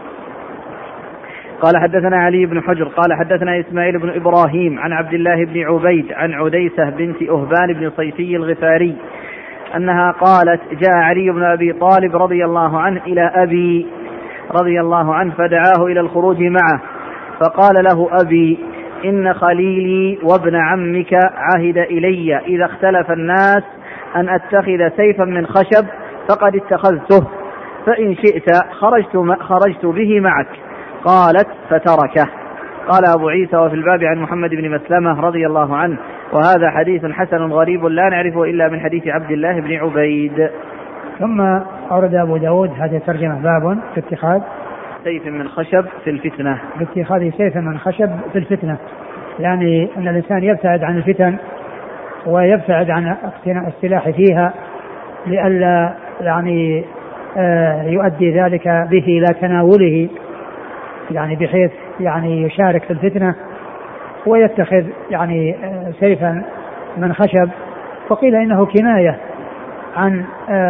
قال حدثنا علي بن حجر قال حدثنا إسماعيل بن إبراهيم عن عبد الله بن عبيد عن عديسة بنت أهبان بن صيفي الغفاري أنها قالت: جاء علي بن أبي طالب رضي الله عنه إلى أبي رضي الله عنه فدعاه إلى الخروج معه، فقال له أبي: إن خليلي وابن عمك عهد إلي إذا اختلف الناس أن أتخذ سيفا من خشب فقد اتخذته، فإن شئت خرجت, خرجت به معك. قالت: فتركه. قال أبو عيسى: وفي الباب عن محمد بن مسلمة رضي الله عنه، وهذا حديث حسن غريب لا نعرفه إلا من حديث عبد الله بن عبيد. ثم أورد أبو داود هذه الترجمة: باب في اتخاذ سيف من خشب في الفتنة. في اتخاذ سيف من خشب في الفتنة، يعني أن الإنسان يبتعد عن الفتن ويبتعد عن اقتناء السلاح فيها لئلا يعني يؤدي ذلك به إلى تناوله، يعني بحيث يعني يشارك في الفتنة ويتخذ يعني سيفا من خشب. وقيل إنه كناية عن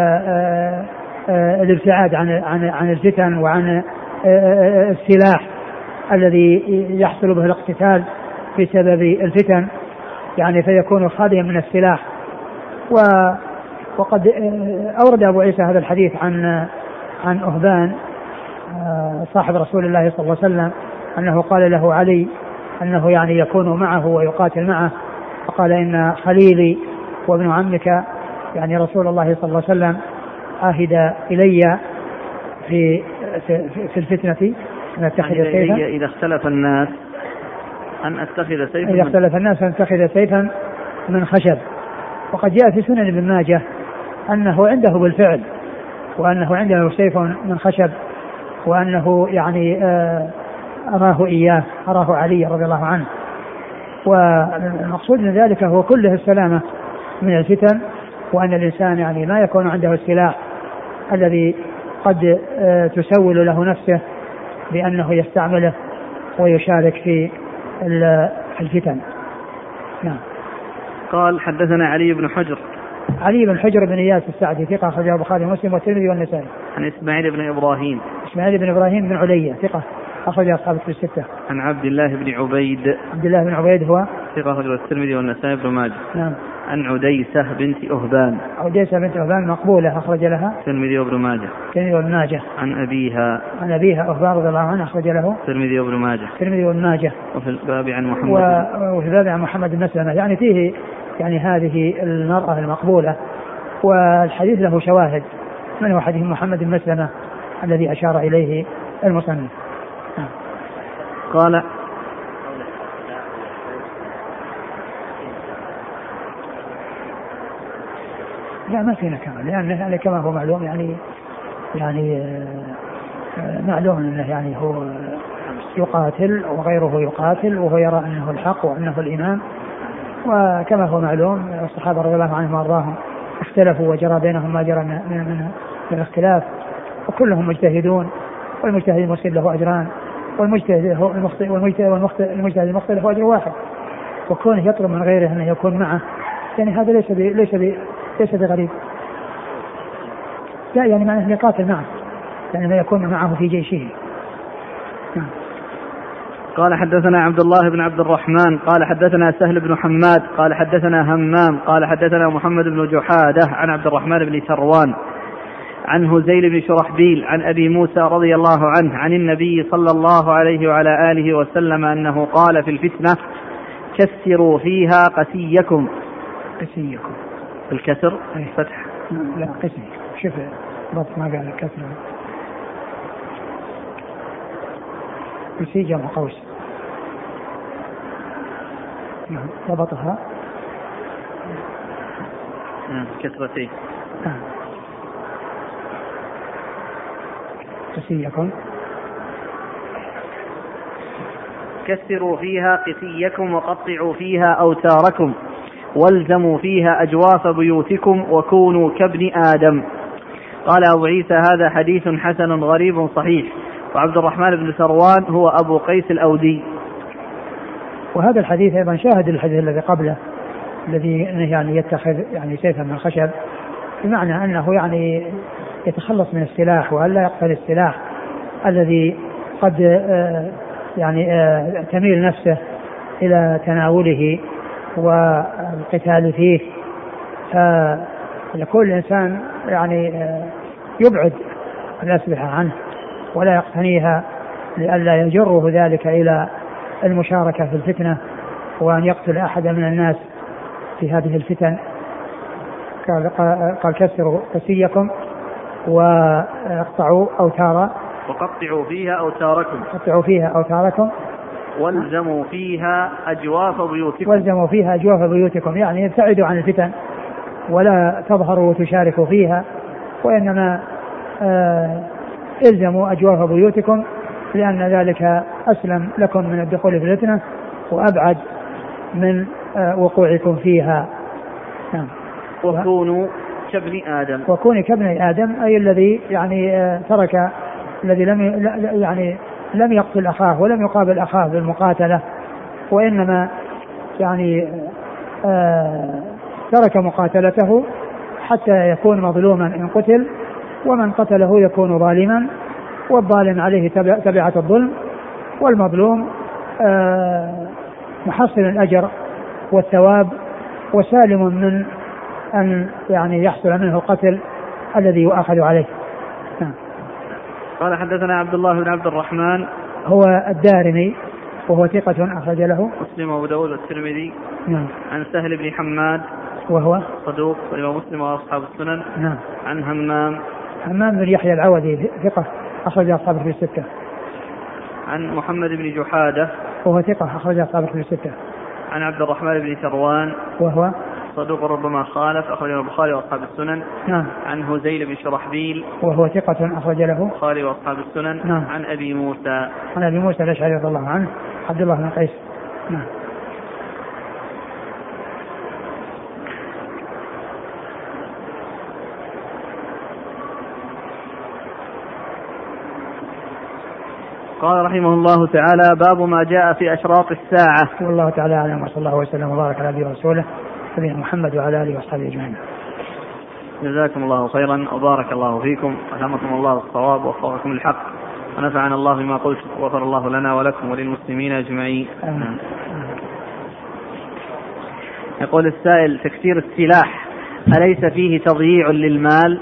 الابتعاد عن عن عن الفتن وعن السلاح الذي يحصل به الاقتتال بسبب الفتن، يعني فيكون خاليا من السلاح. وقد أورد أبو عيسى هذا الحديث عن عن أهبان صاحب رسول الله صلى الله عليه وسلم أنه قال له علي أنه يعني يكون معه ويقاتل معه، فقال: إن خليلي وابن عمك يعني رسول الله صلى الله عليه وسلم عهد إلي في في الفتنة أن أتخذ سيفا إذا اختلف الناس أن أتخذ سيفا إذا اختلف الناس أن أتخذ سيفا من خشب. وقد جاء في سنن ابن ماجه أنه عنده بالفعل، وأنه عنده سيف من خشب، وأنه يعني أراه إياه أراه علي رضي الله عنه. والمقصود من ذلك هو كله السلامة من الفتن، وأن الإنسان يعني ما يكون عنده السلاح الذي قد تسول له نفسه بأنه يستعمله ويشارك في الفتن. نعم. قال حدثنا علي بن حجر. علي بن حجر بن إياس السعدي ثقة أخرجه البخاري ومسلم والترمذي والنسائي. عن إسماعيل بن إبراهيم. إسماعيل بن إبراهيم بن علية ثقة أخرج أصحاب الكتب الستة. عن عبد الله بن عبيد. عبد الله بن عبيد هو ثقة أخرج الترمذي والنسائي بن ماجه. نعم. عن عديسة بنت أهبان. عديسة بنت أهبان مقبولة أخرج لها الترمذي وابن ماجه. الترمذي وابن ماجه. عن أبيها. عن أبيها أهبان رضي الله عنها أخرج له الترمذي وابن ماجه. الترمذي وابن ماجه. وفي الباب عن محمد. وفي الباب عن محمد بن مسلمة، يعني فيه يعني هذه المرأة المقبولة، والحديث له شواهد، من هو حديث محمد بن مسلمة الذي أشار إليه المصنف. قال لا ما فينا كمان، لأن يعني كما هو معلوم يعني يعني معلوم أنه يعني هو يقاتل وغيره يقاتل وهو يرى أنه الحق وأنه الإمام، وكما هو معلوم الصحابة رضي الله عنهم وأرضاهم اختلفوا وجرى بينهم ما جرى من, من, من الاختلاف، وكلهم مجتهدون، والمجتهد المصيب له أجران، والمجتهد المخطئ والمجتهد المخطئ له أجر واحد، وكونه يطلب من غيره أن يكون معه يعني هذا ليس بي ليس بي ليس بغريب، لا يعني معناه يقاتل معه يعني ما يكون معه في جيشه. نعم. قال حدثنا عبد الله بن عبد الرحمن قال حدثنا سهل بن حماد قال حدثنا همام قال حدثنا محمد بن جحادة عن عبد الرحمن بن سروان عن هزيل بن شرحبيل عن أبي موسى رضي الله عنه عن النبي صلى الله عليه وعلى آله وسلم أنه قال في الفتنة: كسروا فيها قسيكم. قسيكم الكسر فتح لا قسي، شوف ضبط ما قال الكسر، قسي جمع قوس، ضبطها كسرتين. قسيكم كسروا فيها قسيكم وقطعوا فيها أوتاركم والزموا فيها أجواف بيوتكم وكونوا كابن آدم. قال أبو عيسى: هذا حديث حسن غريب صحيح. وعبد الرحمن بن سروان هو أبو قيس الأودي. وهذا الحديث أيضا شاهد الحديث الذي قبله الذي يعني يتخذ يعني سيفا من خشب، بمعنى أنه يعني يتخلص من السلاح وألا يقتل السلاح الذي قد يعني تميل نفسه إلى تناوله والقتال فيه، فيكون الإنسان يعني يبعد الأسلحة عنه ولا يقتنيها لئلا يجره ذلك إلى المشاركة في الفتنة وأن يقتل أحدا من الناس في هذه الفتن. قال: كسروا قسيكم واقطعوا أوتارا وقطعوا فيها أوتاركم قطعوا فيها أوتاركم والزموا فيها أجواف بيوتكم والزموا فيها أجواف بيوتكم، يعني ابتعدوا عن الفتن ولا تظهروا وتشاركوا فيها، وإنما آه الزموا أجواف بيوتكم لأن ذلك أسلم لكم من الدخول في الفتنة وأبعد من آه وقوعكم فيها. نعم. وكونوا كابن آدم وكونوا كابن آدم أي الذي يعني آه ترك الذي لم يعني لم يقتل أخاه ولم يقابل أخاه بالمقاتلة، وإنما يعني آه ترك مقاتلته حتى يكون مظلوما إن قتل، ومن قتله يكون ظالما، والظالم عليه تبعة الظلم، والمظلوم آه محصل الأجر والثواب وسالم من أن يعني يحصل منه القتل الذي يؤاخذ عليه. قال حدثنا عبد الله بن عبد الرحمن هو الدارمي وهو ثقة أخرج له مسلم وأبو داود والترمذي. نعم. عن سهل بن حماد وهو صدوق والإمام مسلم وأصحاب السنن. نعم. عن همام همام بن يحيى العودي ثقة أخرج أصحابه في الستة. عن محمد بن جحادة وهو ثقة أخرج أصحابه في الستة. عن عبد الرحمن بن سروان وهو صدوق ربما خالف أخرجه البخاري وأصحاب السنن. نعم. عن هزيل بن شرحبيل وهو ثقة أخرج له البخاري وأصحاب السنن. نعم. عن أبي موسى عن أبي موسى الأشعري رضي الله عنه عبد الله بن قيس. نعم. قال رحمه الله تعالى: باب ما جاء في أشراط الساعة. والله تعالى أعلم، وصلى الله وسلم وبارك على نبينا ورسوله نبينا محمد وعلى آله وصحبه أجمعين. جزاكم الله خيرا وبارك الله فيكم، ألهمكم الله الصواب ووفقكم الحق، ونفعنا الله بما قلت، وغفر الله لنا ولكم وللمسلمين أجمعين. آمين. يقول السائل: تكسير السلاح أليس فيه تضييع للمال؟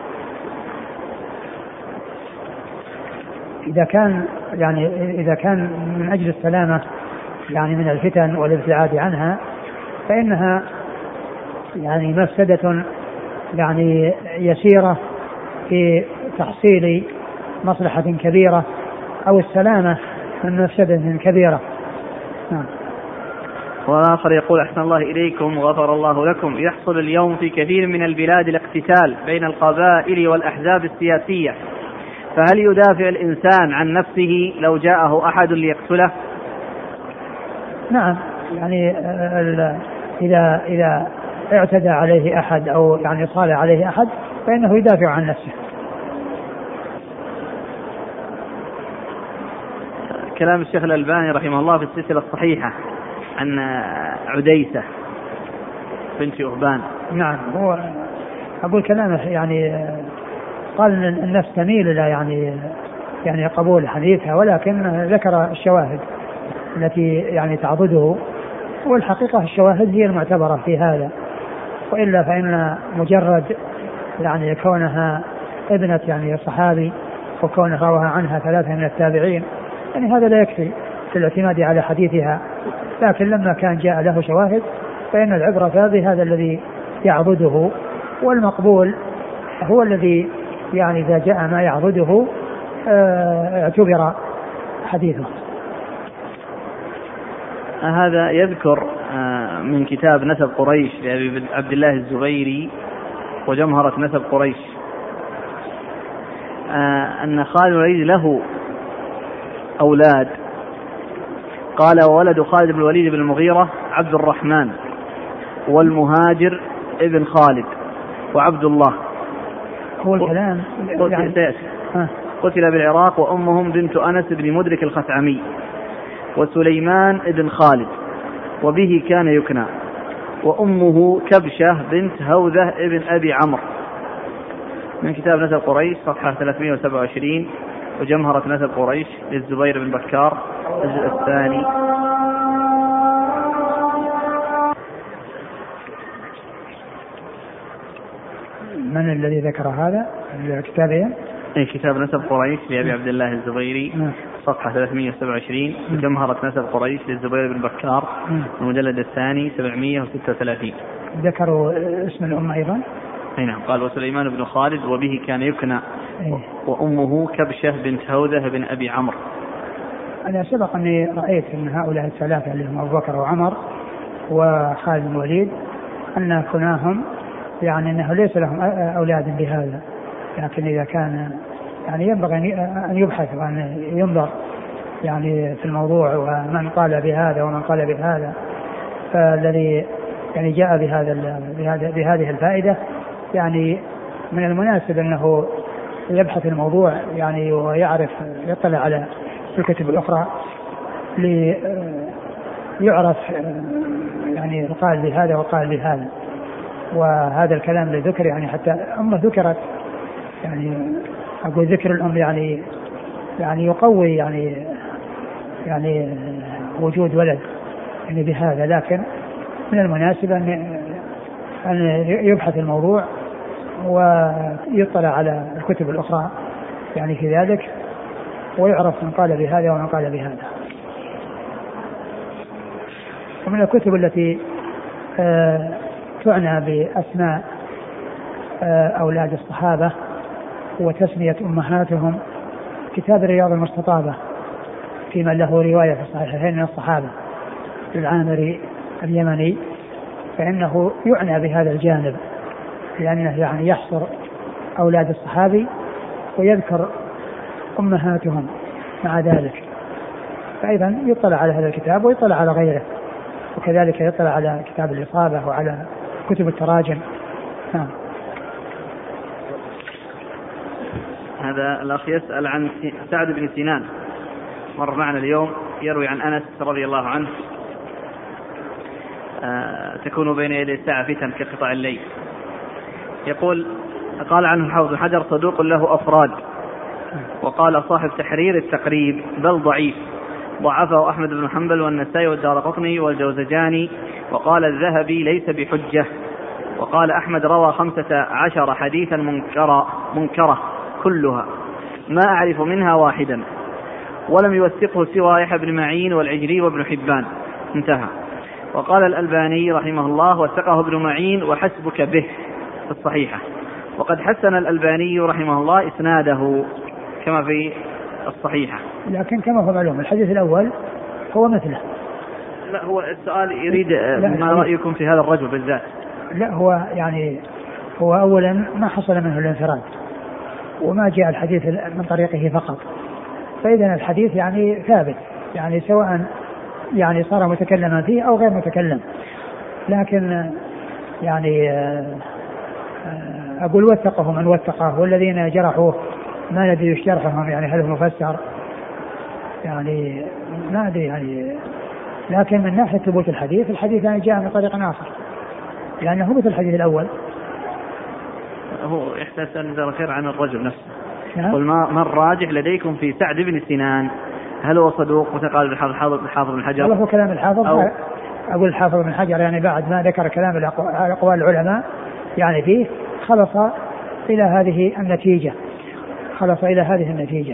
إذا كان يعني إذا كان من أجل السلامة يعني من الفتن والابتعاد عنها فإنها يعني مفسدة يعني يسيرة في تحصيل مصلحة كبيرة أو السلامة من مفسدة كبيرة. نعم. والآخر يقول: أحسن الله إليكم وغفر الله لكم، يحصل اليوم في كثير من البلاد الاقتتال بين القبائل والأحزاب السياسية، فهل يدافع الإنسان عن نفسه لو جاءه أحد ليقتله؟ نعم، يعني إذا إذا اعتدى عليه أحد أو يعني صال عليه أحد فإنه يدافع عن نفسه. كلام الشيخ الألباني رحمه الله في السلسلة الصحيحة عن عديسة بنت أهبان. نعم، هو أقول كلامه يعني قال أن النفس تميل إلى يعني يعني قبول حديثها، ولكن ذكر الشواهد التي يعني تعضده، والحقيقة الشواهد هي المعتبرة في هذا، وإلا فإن مجرد يعني كونها ابنة يعني صحابي وكونها رواها عنها ثلاثة من التابعين يعني هذا لا يكفي في الاعتماد على حديثها، لكن لما كان جاء له شواهد فإن العبرة بهذا الذي يعضده، والمقبول هو الذي يعني إذا جاء ما يعضده اعتبر حديثه. هذا يذكر من كتاب نسب قريش لأبي عبد الله الزبيري وجمهرة نسب قريش أن خالد بن الوليد له أولاد، قال: وولد خالد بن الوليد بن المغيرة عبد الرحمن، والمهاجر ابن خالد، وعبد الله. هو الكلام يعني قتل بالعراق، وأمهم بنت أنس بن مدرك الخثعمي، وسليمان ابن خالد، وبه كان يكنى، وأمه كبشة بنت هوذة ابن أبي عمرو. من كتاب نسب قريش صفحة ثلاثمائة وسبعة وعشرين، وجمهرة نسب قريش للزبير بن بكار الجزء الثاني. من الذي ذكر هذا الكتابين؟ اي كتاب نسب قريش لأبي عبد الله الزبيري صفحة ثلاثمائة وسبعة وعشرين، وجمهرة نسب قريش للزبير بن بكار المجلد الثاني سبعمائة وستة وثلاثين. ذكروا اسم الأم أيضا. اي نعم، قال: وسليمان بن خالد، وبه كان يكنى، وأمه كبشة بنت هوذة بن أبي عمرو. أنا سبق أني رأيت أن هؤلاء الثلاثة اللي هم أبو بكر وعمر وخالد بن الوليد أن كناهم يعني أنه ليس لهم أولاد بهذا، لكن إذا كان يعني ينبغي أن يبحث وأن ينظر يعني في الموضوع، ومن قال بهذا ومن قال بهذا، فالذي يعني جاء بهذا بهذه الفائدة يعني من المناسب أنه يبحث الموضوع يعني ويعرف يطلع على الكتب الأخرى ليعرف يعني القائل بهذا وقال بهذا. وهذا الكلام اللي ذكر يعني حتى أمه ذكرت يعني أقول ذكر الأم يعني يعني يقوي يعني يعني وجود ولد يعني بهذا، لكن من المناسب أن أن يبحث الموضوع ويطلع على الكتب الأخرى يعني في ذلك، ويعرف من قال بهذا ومن قال بهذا. ومن الكتب التي آه تعنى بأسماء آه أولاد الصحابة وتسمية أمهاتهم كتاب الرياض المستطابة فيما له رواية في الصحيحين من الصحابة للعامري اليمني، فإنه يعنى بهذا الجانب، لأنه يعني يحصر أولاد الصحابي ويذكر أمهاتهم مع ذلك. فأيضا يطلع على هذا الكتاب ويطلع على غيره، وكذلك يطلع على كتاب الإصابة وعلى كتب التراجم. نعم. هذا الأخ يسأل عن سعد بن سنان مر معنا اليوم يروي عن أنس رضي الله عنه آه تكون بين يدي الساعة فتن كقطع الليل. يقول قال عنه الحافظ بن حجر صدوق له أفراد، وقال صاحب تحرير التقريب بل ضعيف، ضعفه أحمد بن حنبل والنسائي والدارقطني والجوزجاني، وقال الذهبي ليس بحجة. وقال أحمد روى خمسة عشر حديثا منكرة, منكرة كلها ما أعرف منها واحدا، ولم يوثقه سوى يحيى بن معين والعجلي وابن حبان، انتهى. وقال الألباني رحمه الله وثقه ابن معين وحسبك به في الصحيحة. وقد حسن الألباني رحمه الله إسناده كما في الصحيحة. لكن كما هو معلوم الحديث الأول هو مثله. لا هو السؤال يريد ما رأيكم في هذا الرجل بالذات؟ لا هو يعني هو أولا ما حصل منه الانفراد وما جاء الحديث من طريقه فقط، فإذا الحديث يعني ثابت يعني سواء يعني صار متكلما فيه أو غير متكلم. لكن يعني أقول وثقه من وثقه، والذين جرحوه ما ندري ايش جرحهم، يعني هل هو مفسر يعني ما ادري يعني. لكن من ناحية ثبوت الحديث الحديث يعني جاء من طريق آخر لأنه مثل الحديث الأول. هو يحتاج أن نزل خير عن الرجل نفسه. نعم. قل ما ما الراجح لديكم في سعد بن سنان؟ هل هو صدوق متقال بالحافظ الحافظ بن حجر؟ والله هو كلام الحافظ أو أقول الحافظ بن حجر يعني بعد ما ذكر كلام أقوال العلماء يعني فيه خلص إلى هذه النتيجة خلص إلى هذه النتيجة.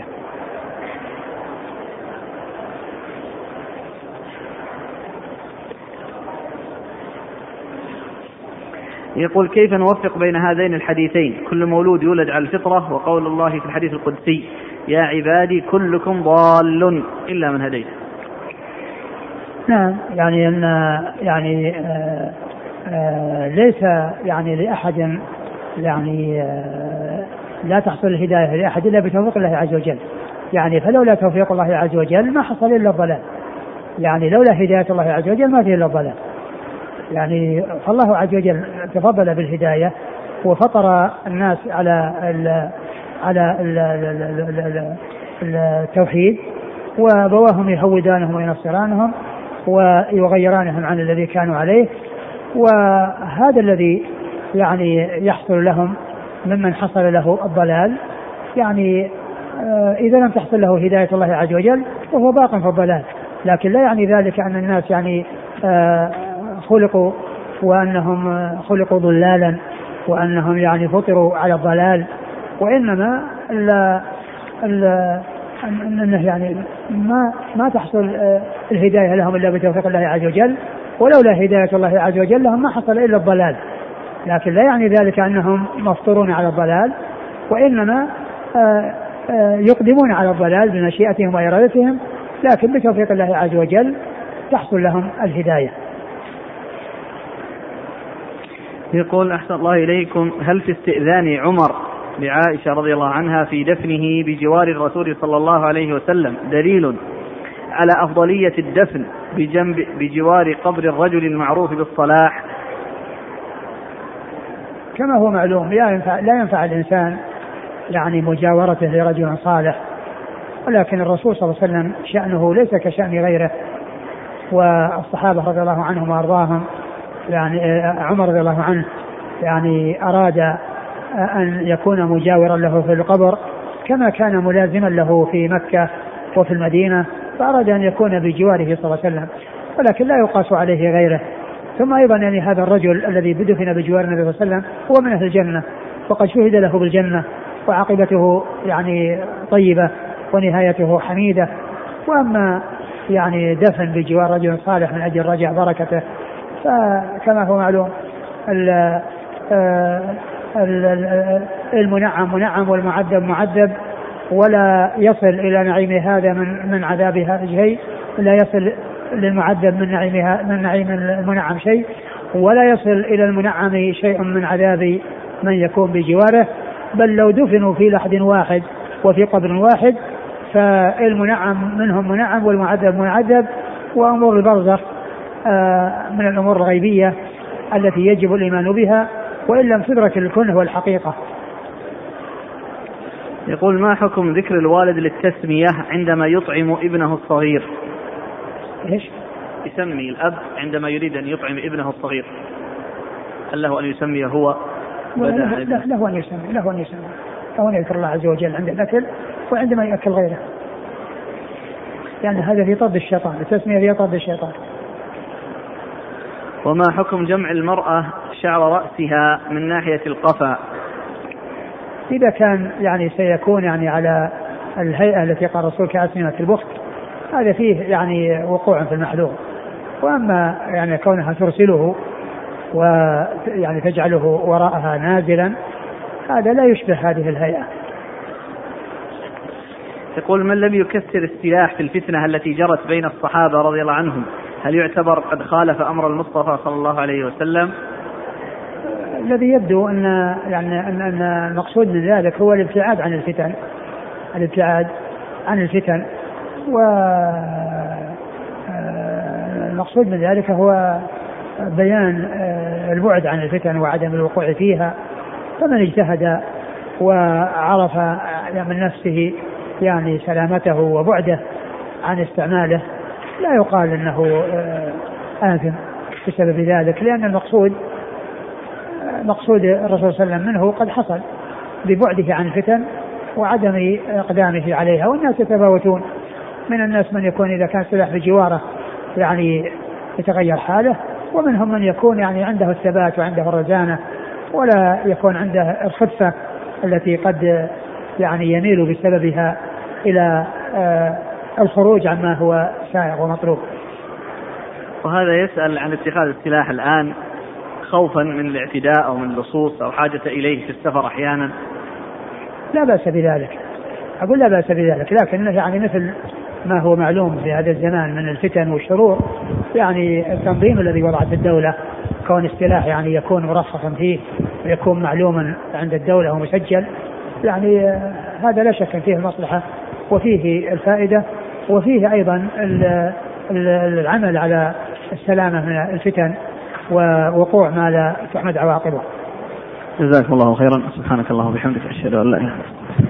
يقول كيف نوفق بين هذين الحديثين كل مولود يولد على الفطرة وقول الله في الحديث القدسي يا عبادي كلكم ضال إلا من هديت؟ نعم يعني أن يعني آآ آآ ليس يعني لأحد يعني لا تحصل الهداية لأحد إلا بتوفيق الله عز وجل، يعني فلولا توفيق الله عز وجل ما حصل إلا الضلال، يعني لولا هداية الله عز وجل ما فيه إلا الضلال. يعني فالله عز وجل تفضل بالهداية وفطر الناس على ال على ال ال ال التوحيد، وبواهم يهودانهم وينصرانهم ويغيرانهم عن الذي كانوا عليه، وهذا الذي يعني يحصل لهم ممن حصل له الضلال. يعني إذا لم تحصل له هداية الله عز وجل وهو باق في الضلال، لكن لا يعني ذلك أن الناس يعني خلقوا وأنهم خلقوا ضلالا وأنهم يعني فطروا على الضلال، وإنما ال ال أنه يعني ما ما تحصل الهداية لهم إلا بتوفيق الله عز وجل، ولولا هداية الله عز وجل لهم ما حصل إلا الضلال، لكن لا يعني ذلك أنهم مفطورون على الضلال، وإنما يقدمون على الضلال بمشيئتهم وإرادتهم، لكن بتوفيق الله عز وجل تحصل لهم الهداية. يقول أحسن الله إليكم هل في استئذان عمر لعائشة رضي الله عنها في دفنه بجوار الرسول صلى الله عليه وسلم دليل على أفضلية الدفن بجنب بجوار قبر الرجل المعروف بالصلاح؟ كما هو معلوم لا ينفع, لا ينفع الإنسان يعني مجاورته لرجل صالح، ولكن الرسول صلى الله عليه وسلم شأنه ليس كشأن غيره، والصحابة رضي الله عنهم وأرضاهم يعني عمر رضي الله عنه يعني أراد أن يكون مجاورا له في القبر كما كان ملازما له في مكة وفي المدينة، فأراد أن يكون بجواره صلى الله عليه وسلم، ولكن لا يقاس عليه غيره. ثم أيضا يعني هذا الرجل الذي بدفن بجوار النبي صلى الله عليه وسلم هو من أهل الجنة، وقد شهد له بالجنة، وعاقبته يعني طيبة ونهايته حميدة. وأما يعني دفن بجوار رجل صالح من أجل رجع بركته فكما هو معلوم المنعم منعم والمعذب معذب، ولا يصل إلى نعيم هذا من من عذاب هذا شيء، لا يصل للمعذب من نعيمها من نعيم المنعم شيء، ولا يصل إلى المنعم شيء من عذاب من يكون بجواره. بل لو دفنوا في لحد واحد وفي قبر واحد فالمنعم منهم منعم والمعذب معذب. وأمور البرزخ من الأمور الغيبية التي يجب الإيمان بها وإن لم تدرك الكنه والحقيقة. يقول ما حكم ذكر الوالد للتسمية عندما يطعم ابنه الصغير؟ إيش؟ يسمي الأب عندما يريد أن يطعم ابنه الصغير، هل له أن يسمي هو؟ له, له, له أن يسمي له أن يسمي له أن يذكر الله عز وجل عند الأكل وعندما يأكل غيره، يعني هذا في طرد الشيطان، التسمية في طرد الشيطان. وما حكم جمع المرأة شعر رأسها من ناحية القفا؟ إذا كان يعني سيكون يعني على الهيئة التي قال الرسول كأسنمة البخت، هذا فيه يعني وقوع في المحذور. وأما يعني كونها ترسله ويعني تجعله وراءها نازلا، هذا لا يشبه هذه الهيئة. يقول من لم يكسر السلاح في الفتنة التي جرت بين الصحابة رضي الله عنهم هل يعتبر قد خالف أمر المصطفى صلى الله عليه وسلم؟ الذي يبدو أن يعني أن أن المقصود من ذلك هو الابتعاد عن الفتن، الابتعاد عن الفتن، والمقصود من ذلك هو بيان البعد عن الفتن وعدم الوقوع فيها. فمن اجتهد وعرف من نفسه يعني سلامته وبعده عن استعماله لا يقال انه آثم بسبب ذلك، لأن المقصود مقصود الرسول صلى الله عليه وسلم منه قد حصل ببعده عن الفتن وعدم إقدامه عليها. والناس يتفاوتون، من الناس من يكون إذا كان سلاح بجواره يعني يتغير حاله، ومنهم من يكون يعني عنده الثبات وعنده الرزانة ولا يكون عنده الخفة التي قد يعني يميل بسببها إلى الخروج عما هو سائغ ومطلوب. وهذا يسأل عن اتخاذ السلاح الآن خوفا من الاعتداء أو من اللصوص أو حاجة إليه في السفر أحيانا. لا بأس بذلك، أقول لا بأس بذلك، لكن يعني مثل ما هو معلوم في هذا الزمان من الفتن والشرور، يعني التنظيم الذي وضعت الدولة كون السلاح يعني يكون مرخصا فيه ويكون معلوما عند الدولة ومسجل، يعني هذا لا شك فيه المصلحة وفيه الفائدة وفيه أيضا العمل على السلامة من الفتن ووقوع ما لا تحمد عواقبه. جزاك الله خيرا. سبحانك اللهم وبحمدك أشهد أن لا إله إلا أنت.